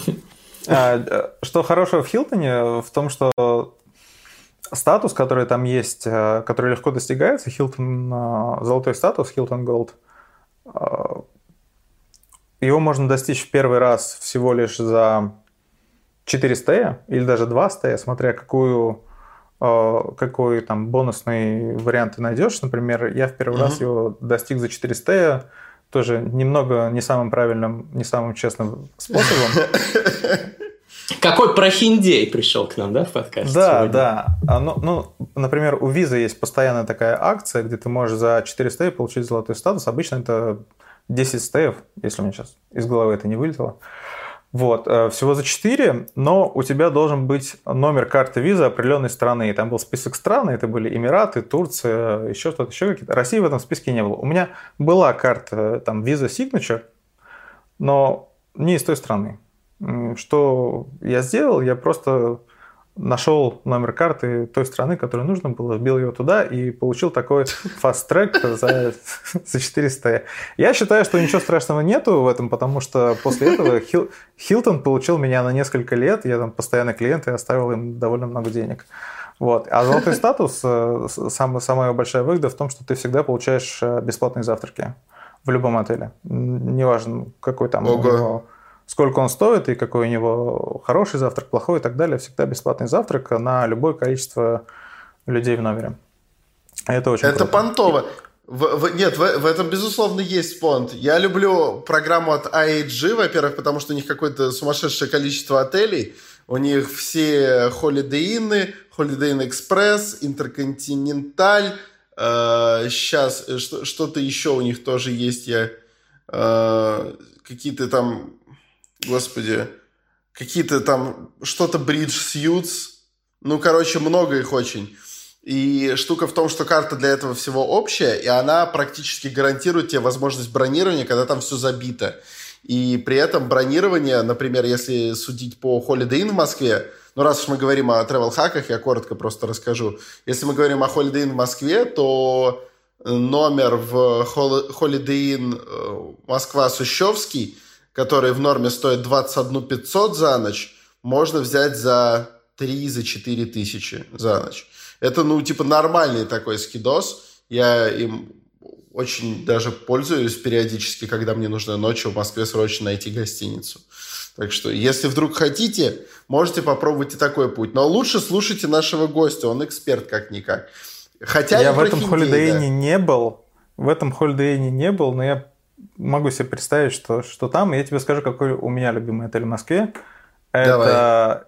S1: Что хорошего в Хилтоне, в том, что статус, который там есть, который легко достигается, Хилтон, золотой статус, Хилтон Голд, его можно достичь в первый раз всего лишь за 4 стея или даже 2 стея, смотря какой там бонусный вариант ты найдешь. Например, я в первый раз его достиг за 4 стея, тоже немного не самым правильным, не самым честным способом.
S3: Какой прохиндей пришел к нам, да, в подкасте?
S1: Да. Например, у Visa есть постоянная такая акция, где ты можешь за 4 стея получить золотой статус. Обычно это 10 стеев, если у меня сейчас из головы это не вылетело. Вот, всего за 4, но у тебя должен быть номер карты Visa определенной страны. И там был список стран, это были Эмираты, Турция, еще что-то, еще какие-то. России в этом списке не было. У меня была карта там Visa Signature, но не из той страны. Что я сделал? Я просто нашел номер карты той страны, которую нужно было, вбил его туда и получил такой фаст-трек за 400. Я считаю, что ничего страшного нету в этом, потому что после этого Хилтон получил меня на несколько лет, я там постоянный клиент и оставил им довольно много денег. Вот. А золотой статус, самая большая выгода в том, что ты всегда получаешь бесплатные завтраки в любом отеле. Неважно, какой там у него... Сколько он стоит и какой у него хороший завтрак, плохой и так далее. Всегда бесплатный завтрак на любое количество людей в номере. Это очень круто.
S2: Это понтово. Нет, в этом, безусловно, есть понт. Я люблю программу от IHG, во-первых, потому что у них какое-то сумасшедшее количество отелей. У них все Holiday Inn, Holiday Inn Express, Интерконтиненталь. Сейчас что-то еще у них тоже есть. Какие-то там... Господи, какие-то там, что-то Bridge Suits, много их очень. И штука в том, что карта для этого всего общая, и она практически гарантирует тебе возможность бронирования, когда там все забито. И при этом бронирование, например, если судить по Holiday Inn в Москве, раз уж мы говорим о travel-хаках, я коротко просто расскажу. Если мы говорим о Holiday Inn в Москве, то номер в Holiday Inn Москва-Сущевский, который в норме стоит 21 500 за ночь, можно взять за 3-4 тысячи за ночь. Это, нормальный такой скидос. Я им очень даже пользуюсь периодически, когда мне нужно ночью в Москве срочно найти гостиницу. Так что, если вдруг хотите, можете попробовать и такой путь. Но лучше слушайте нашего гостя, он эксперт как-никак. Хотя
S1: я в этом Holiday Inn не был. В этом Holiday Inn не был, но я могу себе представить, что там. И я тебе скажу, какой у меня любимый отель в Москве. Это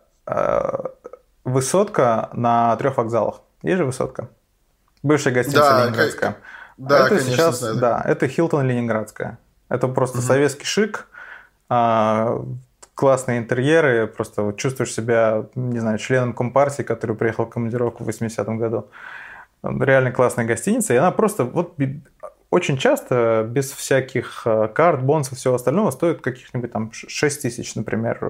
S1: Высотка на 3 вокзалах. Есть же Высотка? Бывшая гостиница Ленинградская.
S2: Да,
S1: это
S2: конечно,
S1: сейчас,
S2: знаю.
S1: Да, это Хилтон Ленинградская. Это просто советский шик, классные интерьеры, просто чувствуешь себя, не знаю, членом компартии, который приехал в командировку в 80-м году. Реально классная гостиница, и она просто очень часто, без всяких карт, бонусов и всего остального, стоит каких-нибудь там 6 тысяч, например,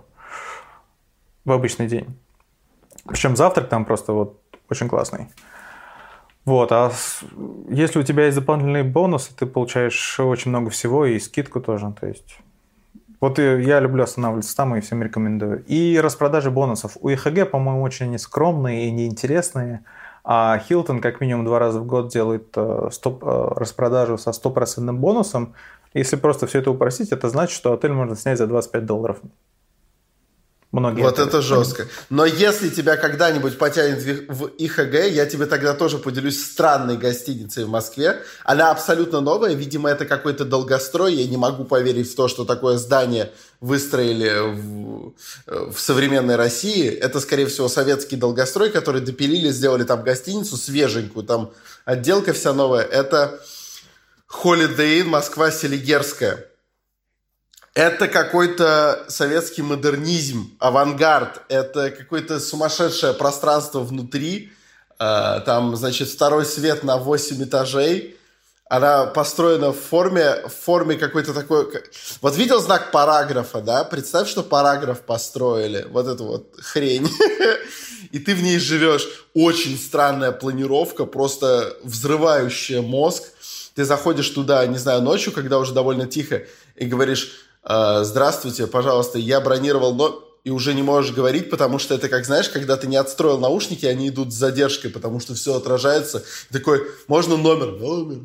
S1: в обычный день. Причем завтрак там просто вот очень классный. Вот, а если у тебя есть дополнительные бонусы, ты получаешь очень много всего и скидку тоже, то есть... Вот я люблю останавливаться там и всем рекомендую. И распродажи бонусов. У ИХГ, по-моему, очень скромные и неинтересные, а Hilton как минимум 2 раза в год делает распродажу со 100% бонусом. Если просто все это упростить, это значит, что отель можно снять за $25. Многие
S2: вот это жестко. Но если тебя когда-нибудь потянет в ИХГ, я тебе тогда тоже поделюсь странной гостиницей в Москве. Она абсолютно новая. Видимо, это какой-то долгострой. Я не могу поверить в то, что такое здание выстроили в современной России. Это, скорее всего, советский долгострой, который допилили, сделали там гостиницу свеженькую. Там отделка вся новая. Это Holiday Inn Москва-Селигерская. Это какой-то советский модернизм, авангард. Это какое-то сумасшедшее пространство внутри. Там, значит, второй свет на 8 этажей. Она построена в форме какой-то такой... Вот видел знак параграфа, да? Представь, что параграф построили. Вот эту вот хрень. И ты в ней живешь. Очень странная планировка, просто взрывающая мозг. Ты заходишь туда, не знаю, ночью, когда уже довольно тихо, и говоришь... Здравствуйте, пожалуйста, я бронировал, но и уже не можешь говорить, потому что это, как знаешь, когда ты не отстроил наушники, они идут с задержкой, потому что все отражается. Такой, можно номер.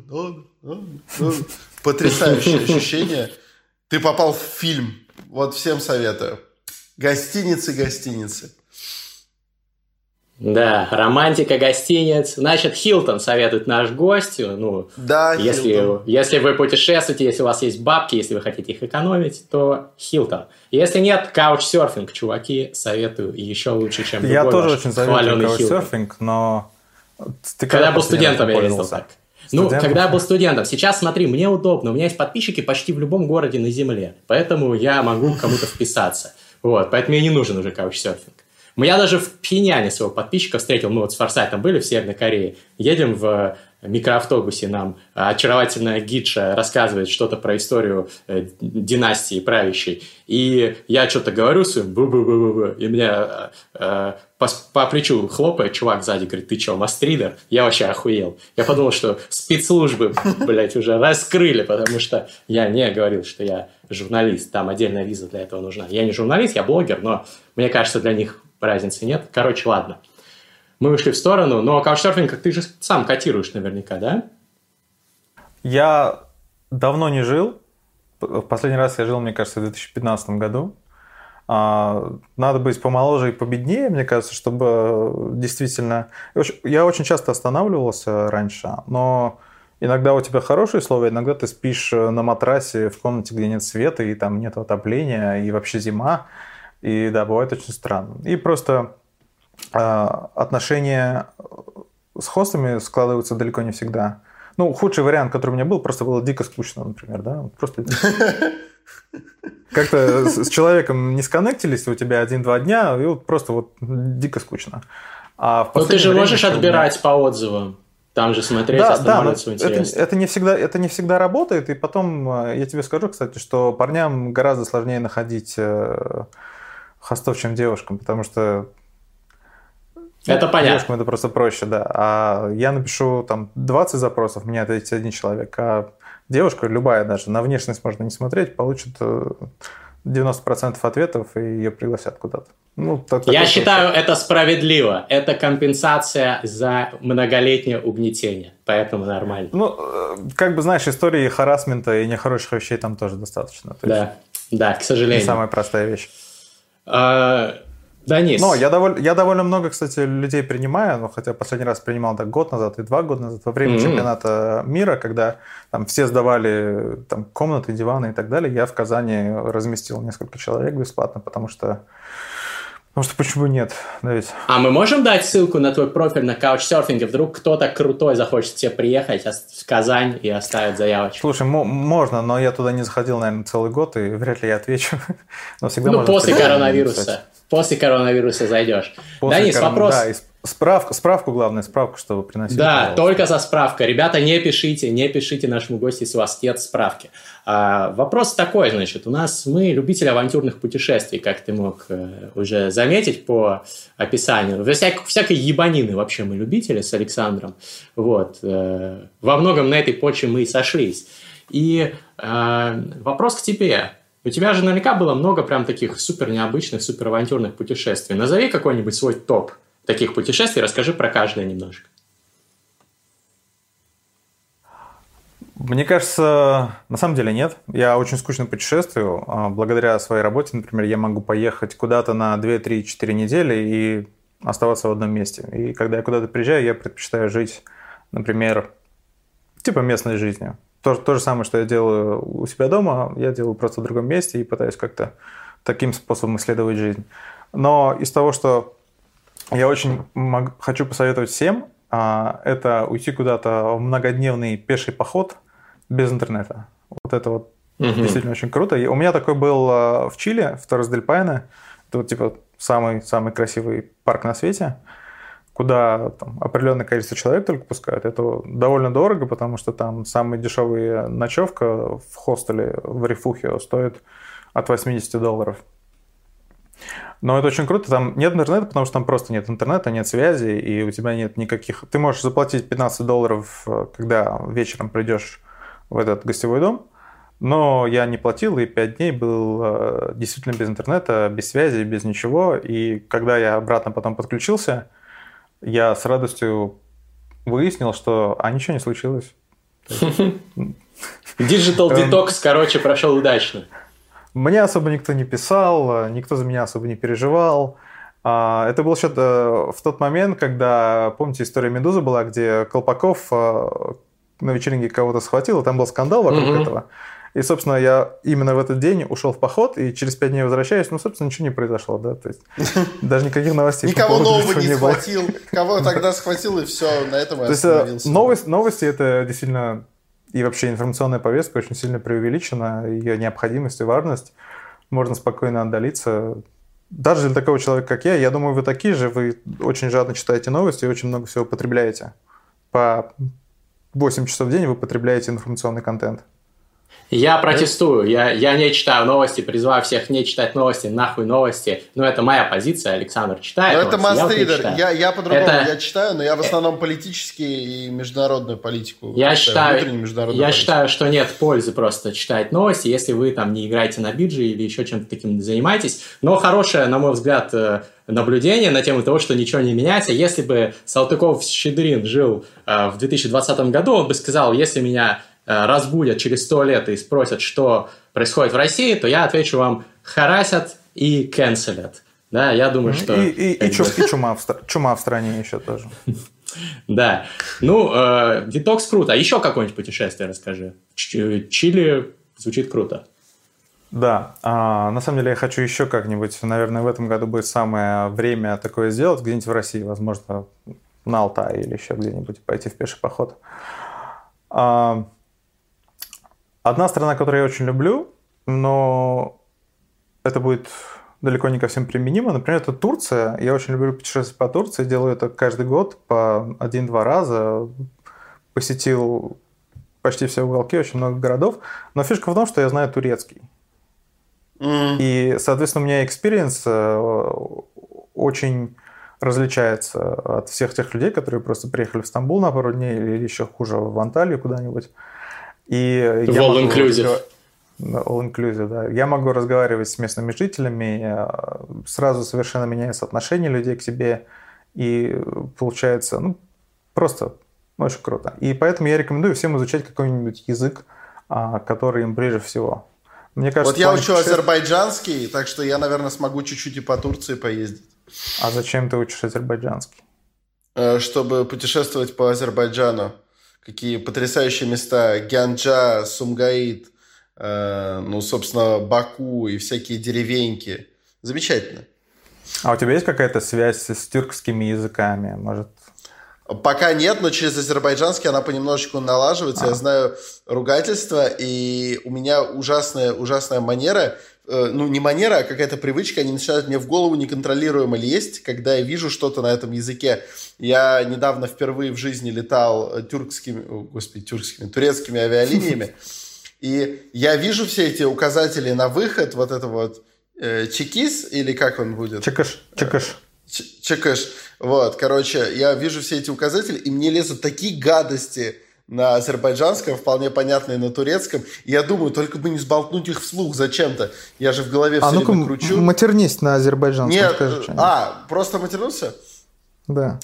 S2: Потрясающее ощущение. Ты попал в фильм. Вот всем советую. Гостиницы.
S3: Да, романтика гостиниц. Значит, Hilton советует наш гость. Ну,
S2: да,
S3: если вы путешествуете, если у вас есть бабки, если вы хотите их экономить, то Hilton. Если нет, каучсерфинг, чуваки, советую еще лучше, чем любой.
S1: Я тоже очень советую каучсерфинг, но...
S3: Когда я был студентом, я ездил так. Ну, когда я был студентом. Сейчас, смотри, мне удобно. У меня есть подписчики почти в любом городе на земле. Поэтому я могу кому-то вписаться. Вот, поэтому мне не нужен уже каучсерфинг. Я даже в Пхеньяне своего подписчика встретил, мы вот с Форсайтом были в Северной Корее, едем в микроавтобусе, нам очаровательная гидша рассказывает что-то про историю династии правящей, и я что-то говорю своим, и меня по плечу хлопает чувак сзади, говорит, ты что, мастридер? Я вообще охуел. Я подумал, что спецслужбы, блядь, уже раскрыли, потому что я не говорил, что я журналист, там отдельная виза для этого нужна. Я не журналист, я блогер, но мне кажется, для них разницы нет. Короче, ладно. Мы ушли в сторону, но каучсерфинг ты же сам котируешь наверняка, да?
S1: Я давно не жил. В последний раз я жил, мне кажется, в 2015 году. Надо быть помоложе и победнее, мне кажется, чтобы действительно... Я очень часто останавливался раньше, но иногда у тебя хорошие условия, иногда ты спишь на матрасе в комнате, где нет света, и там нет отопления, и вообще зима. И да, бывает очень странно. И просто отношения с хостами складываются далеко не всегда. Ну, худший вариант, который у меня был, просто было дико скучно, например, да? Просто как-то с человеком не сконнектились у тебя 1-2 дня, и вот просто вот дико скучно.
S3: Но ты же можешь отбирать по отзывам. Там же смотреть, останавливаться интересно.
S1: Это не всегда работает. И потом я тебе скажу, кстати, что парням гораздо сложнее находить хостов, чем девушкам, потому что
S3: это понятно.
S1: Девушкам это просто проще, да. А я напишу там 20 запросов, мне ответит один человек, а девушка, любая даже, на внешность можно не смотреть, получит 90% ответов, и ее пригласят куда-то. Ну,
S3: я считаю, это справедливо. Это компенсация за многолетнее угнетение. Поэтому нормально.
S1: Ну, как бы, знаешь, истории харассмента и нехороших вещей там тоже достаточно.
S3: Да, к сожалению.
S1: Не самая простая вещь.
S3: Денис.
S1: Но я довольно много, кстати, людей принимаю, но хотя последний раз принимал так год назад и 2 года назад, во время чемпионата мира, когда там все сдавали там, комнаты, диваны и так далее, я в Казани разместил несколько человек бесплатно, потому что почему нет, да ведь.
S3: А мы можем дать ссылку на твой профиль на каучсерфинге? Вдруг кто-то крутой захочет тебе приехать в Казань и оставить заявочку?
S1: Слушай, можно, но я туда не заходил, наверное, целый год, и вряд ли я отвечу. Но всегда
S3: после коронавируса. После коронавируса зайдешь. Денис, вопрос.
S1: Да, Справку, главное, справку, чтобы приносить.
S3: Да,
S1: пожалуйста.
S3: только за справкой. Ребята, не пишите нашему гостю, если у вас нет справки. Вопрос такой, значит, мы любители авантюрных путешествий, как ты мог уже заметить по описанию. Всякой ебанины вообще мы любители с Александром. Вот. Во многом на этой почве мы и сошлись. И вопрос к тебе. У тебя же наверняка было много прям таких супер необычных, супер авантюрных путешествий. Назови какой-нибудь свой топ таких путешествий, расскажи про каждое немножко.
S1: Мне кажется, на самом деле нет. Я очень скучно путешествую. Благодаря своей работе, например, я могу поехать куда-то на 2, 3, 4 недели и оставаться в одном месте. И когда я куда-то приезжаю, я предпочитаю жить, например, типа местной жизнью. То же самое, что я делаю у себя дома, я делаю просто в другом месте и пытаюсь как-то таким способом исследовать жизнь. Но из того, что я очень хочу посоветовать всем, это уйти куда-то в многодневный пеший поход без интернета. Вот это вот действительно очень круто. И у меня такой был в Чили, в Торрес-дель-Пайне. Это вот типа самый красивый парк на свете, куда там определенное количество человек только пускают. Это довольно дорого, потому что там самая дешевая ночевка в хостеле в Рефухио стоит от $80. Но это очень круто. Там нет интернета, потому что там просто нет интернета, нет связи, и у тебя нет никаких... Ты можешь заплатить $15, когда вечером придешь в этот гостевой дом, но я не платил, и 5 дней был действительно без интернета, без связи, без ничего. И когда я обратно потом подключился, я с радостью выяснил, что ничего не случилось.
S3: Digital Detox, короче, прошел удачно.
S1: Мне особо никто не писал, никто за меня особо не переживал. Это был еще в тот момент, когда, помните, история «Медузы» была, где Колпаков на вечеринке кого-то схватил, и там был скандал вокруг этого. И, собственно, я именно в этот день ушел в поход, и через 5 дней возвращаюсь, собственно, ничего не произошло, да, то есть даже никаких новостей.
S2: Никого нового не схватил, кого тогда схватил, и все, на этом и остановился.
S1: Новости – это действительно, и вообще информационная повестка очень сильно преувеличена, ее необходимость и важность, можно спокойно отдалиться. Даже для такого человека, как я думаю, вы такие же, вы очень жадно читаете новости и очень много всего потребляете. По 8 часов в день вы потребляете информационный контент.
S3: Я протестую, я не читаю новости, призываю всех не читать новости, нахуй новости. Но это моя позиция, Александр читает.
S2: Но это мастридер, я по-другому, я читаю, но я в основном политические и международную политику.
S3: Я считаю, что нет пользы просто читать новости, если вы там не играете на бирже или еще чем-то таким занимаетесь. Но хорошее, на мой взгляд, наблюдение на тему того, что ничего не меняется. Если бы Салтыков-Щедрин жил в 2020 году, он бы сказал, если меня разбудят через 100 лет и спросят, что происходит в России, то я отвечу вам: харасят и канцелят. Да, я думаю, что...
S1: И чума в стране еще тоже.
S3: Да. Детокс круто. А еще какое-нибудь путешествие расскажи. Чили звучит круто.
S1: Да. На самом деле я хочу еще как-нибудь, наверное, в этом году будет самое время такое сделать, где-нибудь в России, возможно, на Алтае или еще где-нибудь пойти в пеший поход. Одна страна, которую я очень люблю, но это будет далеко не ко всем применимо, например, это Турция. Я очень люблю путешествовать по Турции, делаю это каждый год по 1-2 раза. Посетил почти все уголки, очень много городов. Но фишка в том, что я знаю турецкий. И, соответственно, у меня экспириенс очень различается от всех тех людей, которые просто приехали в Стамбул на пару дней или еще хуже в Анталию куда-нибудь. И
S3: all inclusive.
S1: All inclusive, да. Я могу разговаривать с местными жителями, сразу совершенно меняется отношение людей к себе, и получается, просто очень круто. И поэтому я рекомендую всем изучать какой-нибудь язык, который им ближе всего. Мне кажется,
S2: вот я учу азербайджанский, так что я, наверное, смогу чуть-чуть и по Турции поездить.
S1: А зачем ты учишь азербайджанский?
S2: Чтобы путешествовать по Азербайджану. Какие потрясающие места. Гянджа, Сумгаит, собственно, Баку и всякие деревеньки. Замечательно.
S1: А у тебя есть какая-то связь с тюркскими языками? Может?
S2: Пока нет, но через азербайджанский она понемножечку налаживается. Я знаю ругательство, и у меня ужасная манера. Не манера, а какая-то привычка. Они начинают мне в голову неконтролируемо лезть, когда я вижу что-то на этом языке. Я недавно впервые в жизни летал турецкими авиалиниями. И я вижу все эти указатели на выход, вот это вот чекис, или как он будет? Чекыш. Вот, короче, я вижу все эти указатели, и мне лезут такие гадости на азербайджанском, вполне понятные на турецком. И я думаю, только бы не сболтнуть их вслух зачем-то. Я же в голове все время кручу.
S1: Матернись на азербайджанском.
S2: Нет, скажи, просто матернулся?
S1: Да.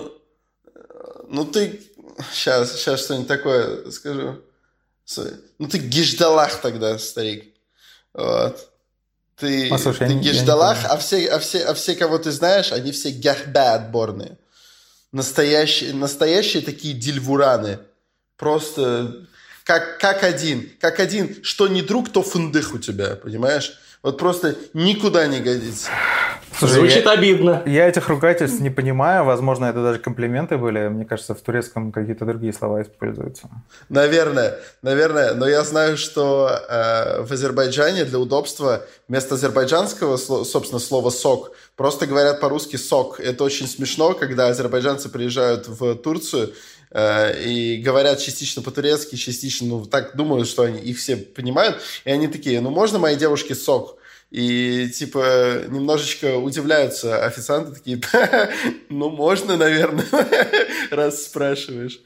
S2: Ты... Сейчас что-нибудь такое скажу. Ты гиждалах тогда, старик. Вот. Ты гиждалах, а все, кого ты знаешь, они все гяхбе отборные. Настоящие такие дильвураны. Просто как один. Что не друг, то фундых у тебя, понимаешь? Вот просто никуда не годится.
S3: Слушай, звучит обидно.
S1: Я этих ругательств не понимаю. Возможно, это даже комплименты были. Мне кажется, в турецком какие-то другие слова используются.
S2: Наверное. Но я знаю, что в Азербайджане для удобства вместо азербайджанского, собственно, слова «сок» просто говорят по-русски «сок». Это очень смешно, когда азербайджанцы приезжают в Турцию и говорят частично по-турецки, частично, так думают, что они их все понимают. И они такие: можно моей девушке сок? И, немножечко удивляются официанты, такие: можно, наверное, раз спрашиваешь.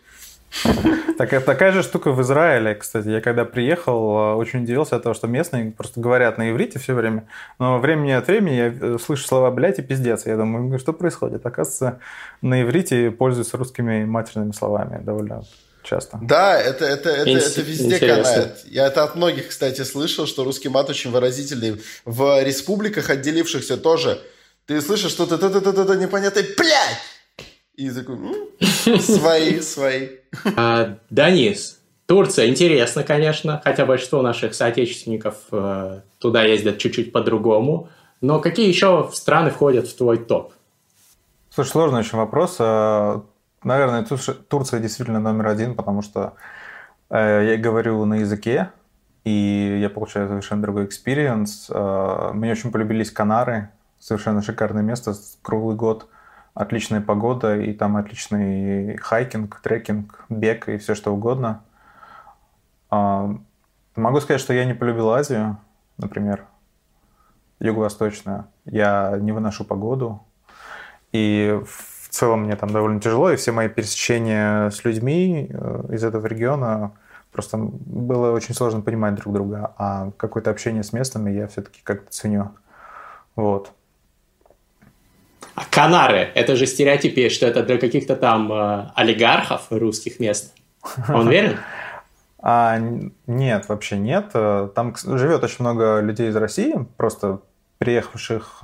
S1: Такая же штука в Израиле, кстати. Я когда приехал, очень удивился от того, что местные просто говорят на иврите все время, но времени от времени я слышу слова «блядь» и «пиздец». Я думаю, что происходит? Оказывается, на иврите пользуются русскими матерными словами довольно часто.
S2: Да, это везде канает. Я это от многих, кстати, слышал, что русский мат очень выразительный. В республиках, отделившихся, тоже. Ты слышишь что-то непонятное «блядь!» И такой: свои.
S3: Данис, Турция интересно, конечно, хотя большинство наших соотечественников туда ездят чуть-чуть по-другому. Но какие еще страны входят в твой топ?
S1: Слушай, сложный очень вопрос. Наверное, Турция действительно номер один, потому что я говорю на языке, и я получаю совершенно другой экспириенс. Мне очень полюбились Канары. Совершенно шикарное место, круглый год. Отличная погода, и там отличный хайкинг, трекинг, бег и все что угодно. Могу сказать, что я не полюбил Азию, например, юго-восточную. Я не выношу погоду. И в целом мне там довольно тяжело, и все мои пересечения с людьми из этого региона просто было очень сложно понимать друг друга. А какое-то общение с местными я все-таки как-то ценю. Вот.
S3: А Канары, это же стереотип, что это для каких-то там олигархов русских мест. Он верен?
S1: Нет, вообще нет. Там живет очень много людей из России, просто приехавших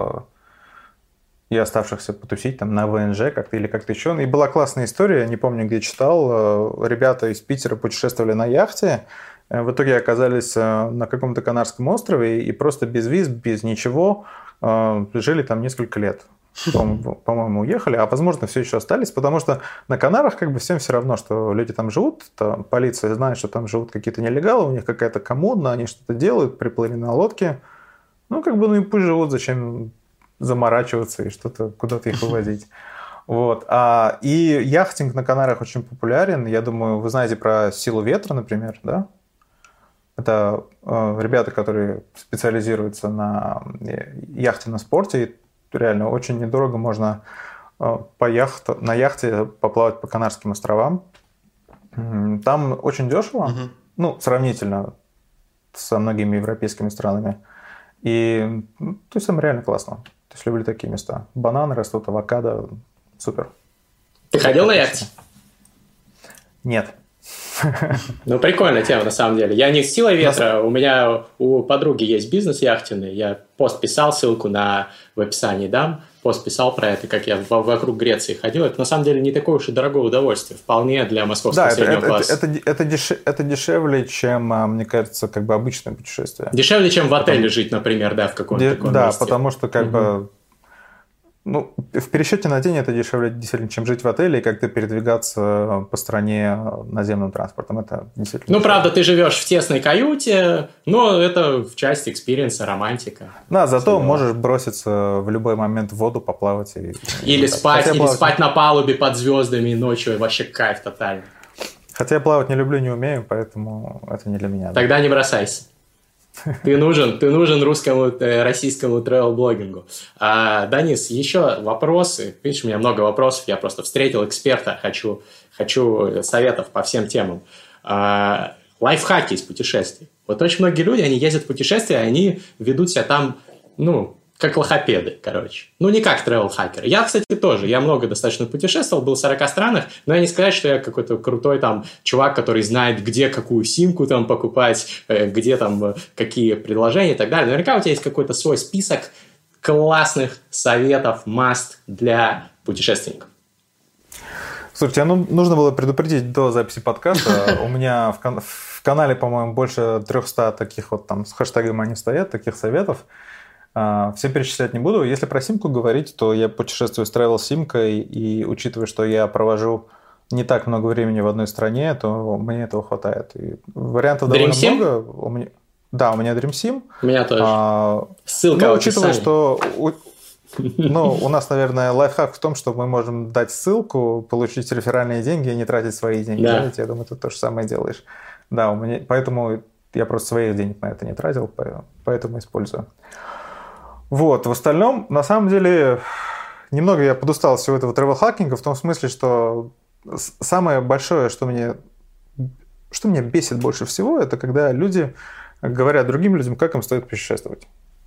S1: и оставшихся потусить там на ВНЖ как-то или как-то еще. И была классная история, не помню, где читал. Ребята из Питера путешествовали на яхте, в итоге оказались на каком-то Канарском острове и просто без виз, без ничего жили там несколько лет. По-моему, уехали, а возможно, все еще остались, потому что на Канарах как бы всем все равно, что люди там живут, полиция знает, что там живут какие-то нелегалы, у них какая-то коммуна, они что-то делают, приплыли на лодке. И пусть живут, зачем заморачиваться и что-то куда-то их вывозить. Вот. И яхтинг на Канарах очень популярен. Я думаю, вы знаете про «Силу ветра», например, да? Это ребята, которые специализируются на яхтенном спорте. Реально очень недорого можно на яхте поплавать по Канарским островам. Там очень дешево, сравнительно со многими европейскими странами. И то есть там реально классно. То есть люблю такие места. Бананы растут, авокадо. Супер.
S3: Ты ходил на яхте?
S1: Нет.
S3: Прикольная тема, на самом деле. Я не с «Силой ветра». У подруги есть бизнес яхтенный. Я пост писал, ссылку в описании дам. Пост писал про это, как я вокруг Греции ходил. Это, на самом деле, не такое уж и дорогое удовольствие. Вполне для московского среднего класса.
S1: Это дешевле, чем, мне кажется, как бы обычное путешествие.
S3: Дешевле, чем в отеле жить, например, в каком-то таком месте.
S1: Потому что Ну, в пересчете на день это дешевле действительно, чем жить в отеле и как-то передвигаться по стране наземным транспортом. Это действительно
S3: Ну,
S1: дешевле.
S3: правда, ты живешь в тесной каюте, но это в части экспириенса, романтика.
S1: Да, зато можешь броситься в любой момент в воду, поплавать.
S3: Или спать на палубе под звездами ночью. Вообще кайф тотальный.
S1: Хотя я плавать не люблю, не умею, поэтому это не для меня.
S3: Тогда не бросайся. Ты нужен российскому travel-блогингу. Денис, еще вопросы. Видишь, у меня много вопросов. Я просто встретил эксперта. Хочу советов по всем темам. Лайфхаки из путешествий. Вот очень многие люди, они ездят в путешествия, они ведут себя там, как лохопеды, короче. Не как travel-хакеры. Я, кстати, тоже. Я много достаточно путешествовал, был в 40 странах, но я не сказать, что я какой-то крутой там чувак, который знает, где какую симку там покупать, где там какие предложения и так далее. Наверняка у тебя есть какой-то свой список классных советов, must для путешественников.
S1: Слушайте, нужно было предупредить до записи подкаста. У меня в канале, по-моему, больше 300 таких вот там с хэштегом они стоят, таких советов. Все перечислять не буду. Если про симку говорить, то я путешествую с travel-симкой, и учитывая, что я провожу не так много времени в одной стране, то мне этого хватает. И вариантов довольно много. Да, у меня DreamSim.
S3: У меня тоже. Ссылка в описании.
S1: Учитывая, что у нас, наверное, лайфхак в том, что мы можем дать ссылку, получить реферальные деньги и не тратить свои деньги.
S3: Да.
S1: Я думаю, ты то же самое делаешь. Да, поэтому я просто своих денег на это не тратил, поэтому использую. Вот, в остальном, на самом деле, немного я подустал от всего этого тревел-хакинга, в том смысле, что самое большое, что меня бесит больше всего, это когда люди говорят другим людям, как им стоит путешествовать.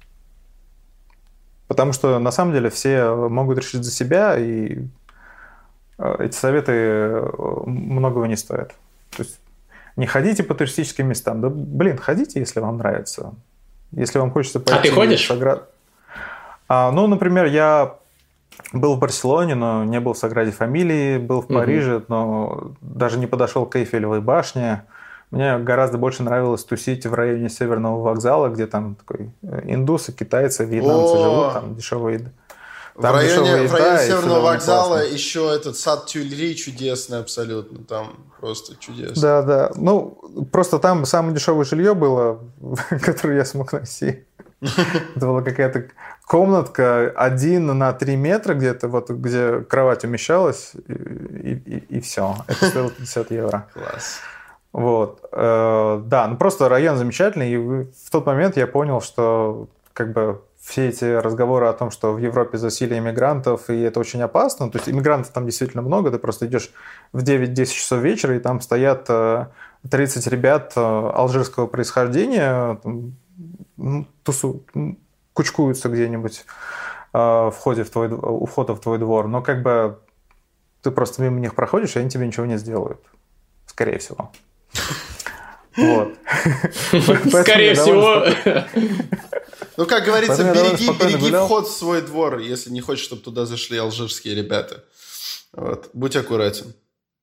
S1: Потому что, на самом деле, все могут решить за себя, и эти советы многого не стоят. То есть не ходите по туристическим местам. Да, ходите, если вам нравится. Если вам хочется пойти...
S3: А ты ходишь?
S1: Например, я был в Барселоне, но не был в Саграде Фамилии, был в Париже, но даже не подошел к Эйфелевой башне. Мне гораздо больше нравилось тусить в районе Северного вокзала, где там такой индусы, китайцы, вьетнамцы живут, там дешевая еда.
S2: В районе Северного вокзала еще этот сад Тюильри чудесный абсолютно, там просто чудесно.
S1: Да. Просто там самое дешевое жилье было, которое я смог найти. Это была какая-то комнатка 1 на 3 метра где-то, вот где кровать умещалась, и все. Это стоило 50 евро.
S2: Класс.
S1: Вот. Да, просто район замечательный, и в тот момент я понял, что все эти разговоры о том, что в Европе засилие иммигрантов, и это очень опасно, то есть иммигрантов там действительно много, ты просто идешь в 9-10 часов вечера, и там стоят 30 ребят алжирского происхождения, кучкуются где-нибудь у входа в твой двор, но ты просто мимо них проходишь, и они тебе ничего не сделают. Скорее всего. Вот.
S3: Скорее всего.
S2: Как говорится, береги вход в свой двор, если не хочешь, чтобы туда зашли алжирские ребята. Вот. Будь аккуратен.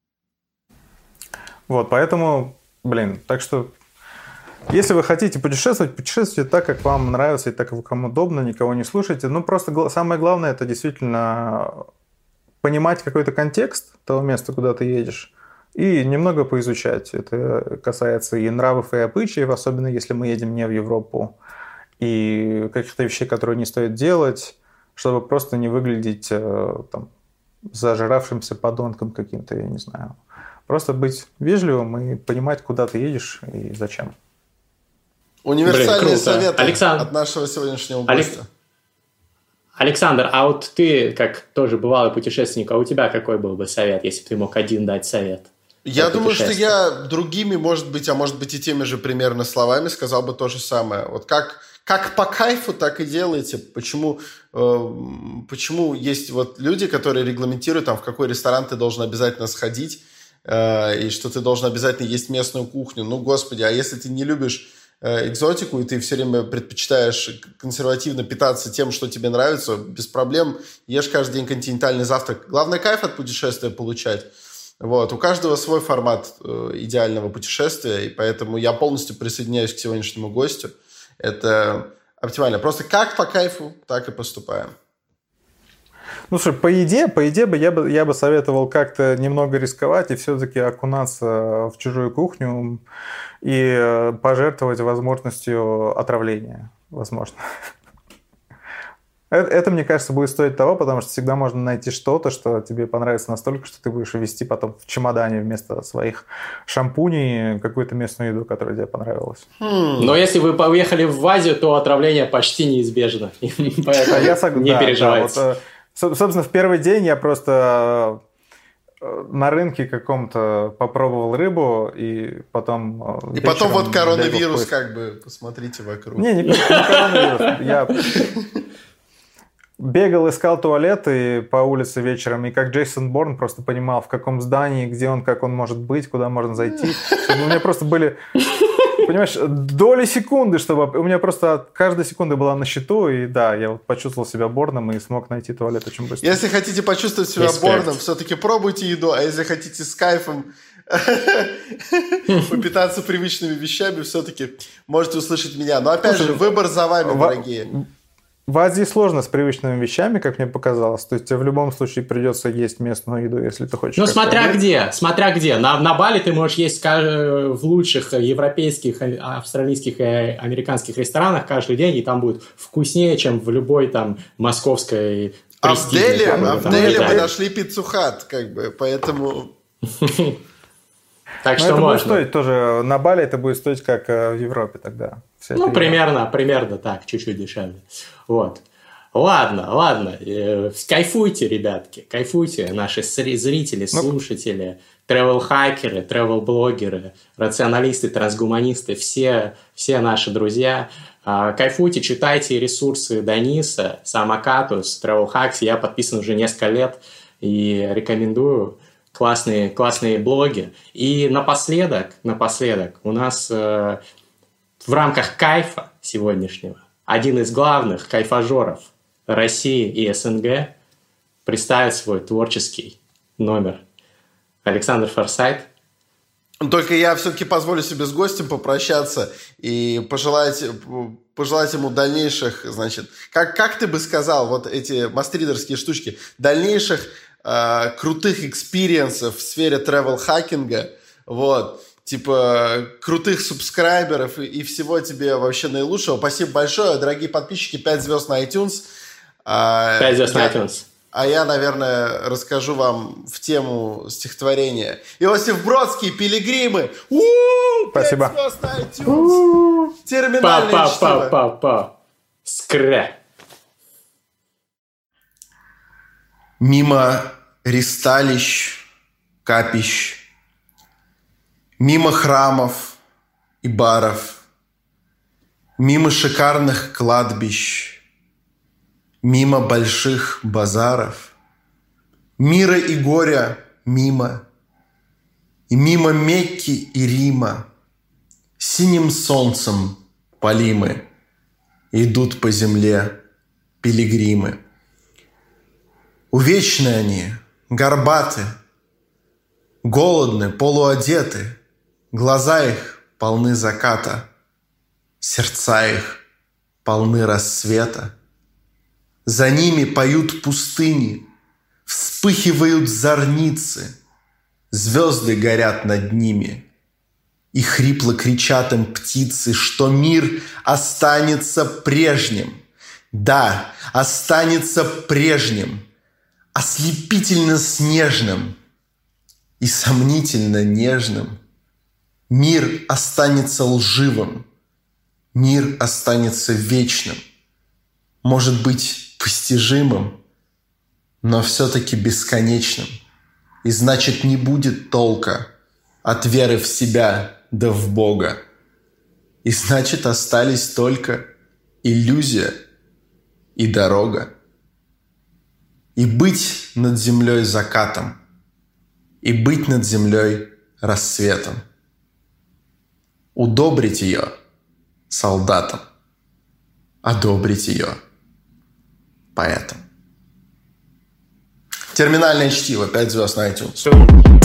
S1: Вот, поэтому, так что если вы хотите путешествовать, путешествуйте так, как вам нравится и так, как вам удобно, никого не слушайте. Просто самое главное, это действительно понимать какой-то контекст того места, куда ты едешь, и немного поизучать. Это касается и нравов, и обычаев, особенно если мы едем не в Европу, и каких-то вещей, которые не стоит делать, чтобы просто не выглядеть зажиравшимся подонком каким-то, я не знаю. Просто быть вежливым и понимать, куда ты едешь и зачем.
S2: Универсальные советы от нашего сегодняшнего гостя.
S3: Александр, а вот ты, как тоже бывалый путешественник, а у тебя какой был бы совет, если бы ты мог один дать совет?
S2: Я думаю, что я другими, может быть и теми же примерно словами сказал бы то же самое. Вот как по кайфу, так и делайте. Почему есть люди, которые регламентируют, в какой ресторан ты должен обязательно сходить, и что ты должен обязательно есть местную кухню. Господи, а если ты не любишь экзотику, и ты все время предпочитаешь консервативно питаться тем, что тебе нравится, без проблем ешь каждый день континентальный завтрак. Главное, кайф от путешествия получать. Вот. У каждого свой формат идеального путешествия, и поэтому я полностью присоединяюсь к сегодняшнему гостю. Это оптимально. Просто как по кайфу, так и поступаем.
S1: Ну, слушай, по идее бы я бы советовал как-то немного рисковать и все-таки окунаться в чужую кухню и пожертвовать возможностью отравления, возможно. Это, мне кажется, будет стоить того, потому что всегда можно найти что-то, что тебе понравится настолько, что ты будешь везти потом в чемодане вместо своих шампуней какую-то местную еду, которая тебе понравилась.
S3: Но если вы поехали в Азию, то отравление почти неизбежно. Поэтому не переживайте.
S1: Собственно, в первый день я просто на рынке каком-то попробовал рыбу, и потом...
S2: И потом вот коронавирус, как бы, посмотрите вокруг.
S1: Не коронавирус. Я бегал, искал туалеты по улице вечером, и как Джейсон Борн просто понимал, в каком здании, где он, как он может быть, куда можно зайти. У меня просто были... Понимаешь, доли секунды, чтобы... У меня просто каждая секунда была на счету, и да, я вот почувствовал себя Борном и смог найти туалет очень быстро.
S2: Если хотите почувствовать себя Борном, все-таки пробуйте еду, а если хотите с кайфом попитаться привычными вещами, все-таки можете услышать меня. Но опять же, выбор за вами, дорогие.
S1: В Азии сложно с привычными вещами, как мне показалось. То есть тебе в любом случае придется есть местную еду, если ты хочешь.
S3: Ну, смотря где. На Бали ты можешь есть в лучших европейских, австралийских и американских ресторанах каждый день, и там будет вкуснее, чем в любой там московской престижной.
S2: А в Дели мы нашли Пиццу Хат, как бы, поэтому...
S3: Так что
S1: это
S3: можно.
S1: Будет стоить тоже, на Бали это будет стоить как в Европе тогда.
S3: Ну, примерно так, чуть-чуть дешевле. Вот. Ладно. Кайфуйте, ребятки, кайфуйте, наши зрители, слушатели, тревел-хакеры, тревел-блогеры, рационалисты, трансгуманисты, все наши друзья. Кайфуйте, читайте ресурсы Дениса, Самокатус, Travel Hacks. Я подписан уже несколько лет и рекомендую. Классные блоги. И напоследок у нас в рамках кайфа сегодняшнего один из главных кайфажеров России и СНГ представит свой творческий номер. Александр Форсайт.
S2: Только я все-таки позволю себе с гостем попрощаться и пожелать ему дальнейших, значит, как ты бы сказал, вот эти мастридерские штучки, дальнейших крутых экспириенсов в сфере travel-хакинга, вот, типа крутых субскрайберов и всего тебе вообще наилучшего. Спасибо большое, дорогие подписчики, 5 звезд на iTunes.
S3: 5 звезд на iTunes.
S2: А я, наверное, расскажу вам в тему стихотворения. Иосиф Бродский, «Пилигримы».
S1: Спасибо.
S2: 5 звезд на iTunes. Терминальное чтиво.
S3: Скрэ.
S2: Мимо ристалищ, капищ, мимо храмов и баров, мимо шикарных кладбищ, мимо больших базаров, мира и горя мимо, и мимо Мекки и Рима, синим солнцем полимы, идут по земле пилигримы. Увечны они, горбаты, голодны, полуодеты, глаза их полны заката, сердца их полны рассвета. За ними поют пустыни, вспыхивают зорницы, звезды горят над ними, и хрипло кричат им птицы, что мир останется прежним. Да, останется прежним, ослепительно снежным и сомнительно нежным. Мир останется лживым, мир останется вечным, может быть, постижимым, но все-таки бесконечным. И значит, не будет толка от веры в себя да в Бога. И значит, остались только иллюзия и дорога. И быть над землей закатом, и быть над землей рассветом. Удобрить ее солдатам, одобрить ее поэтам. Терминальное чтиво, 5 звезд на iTunes.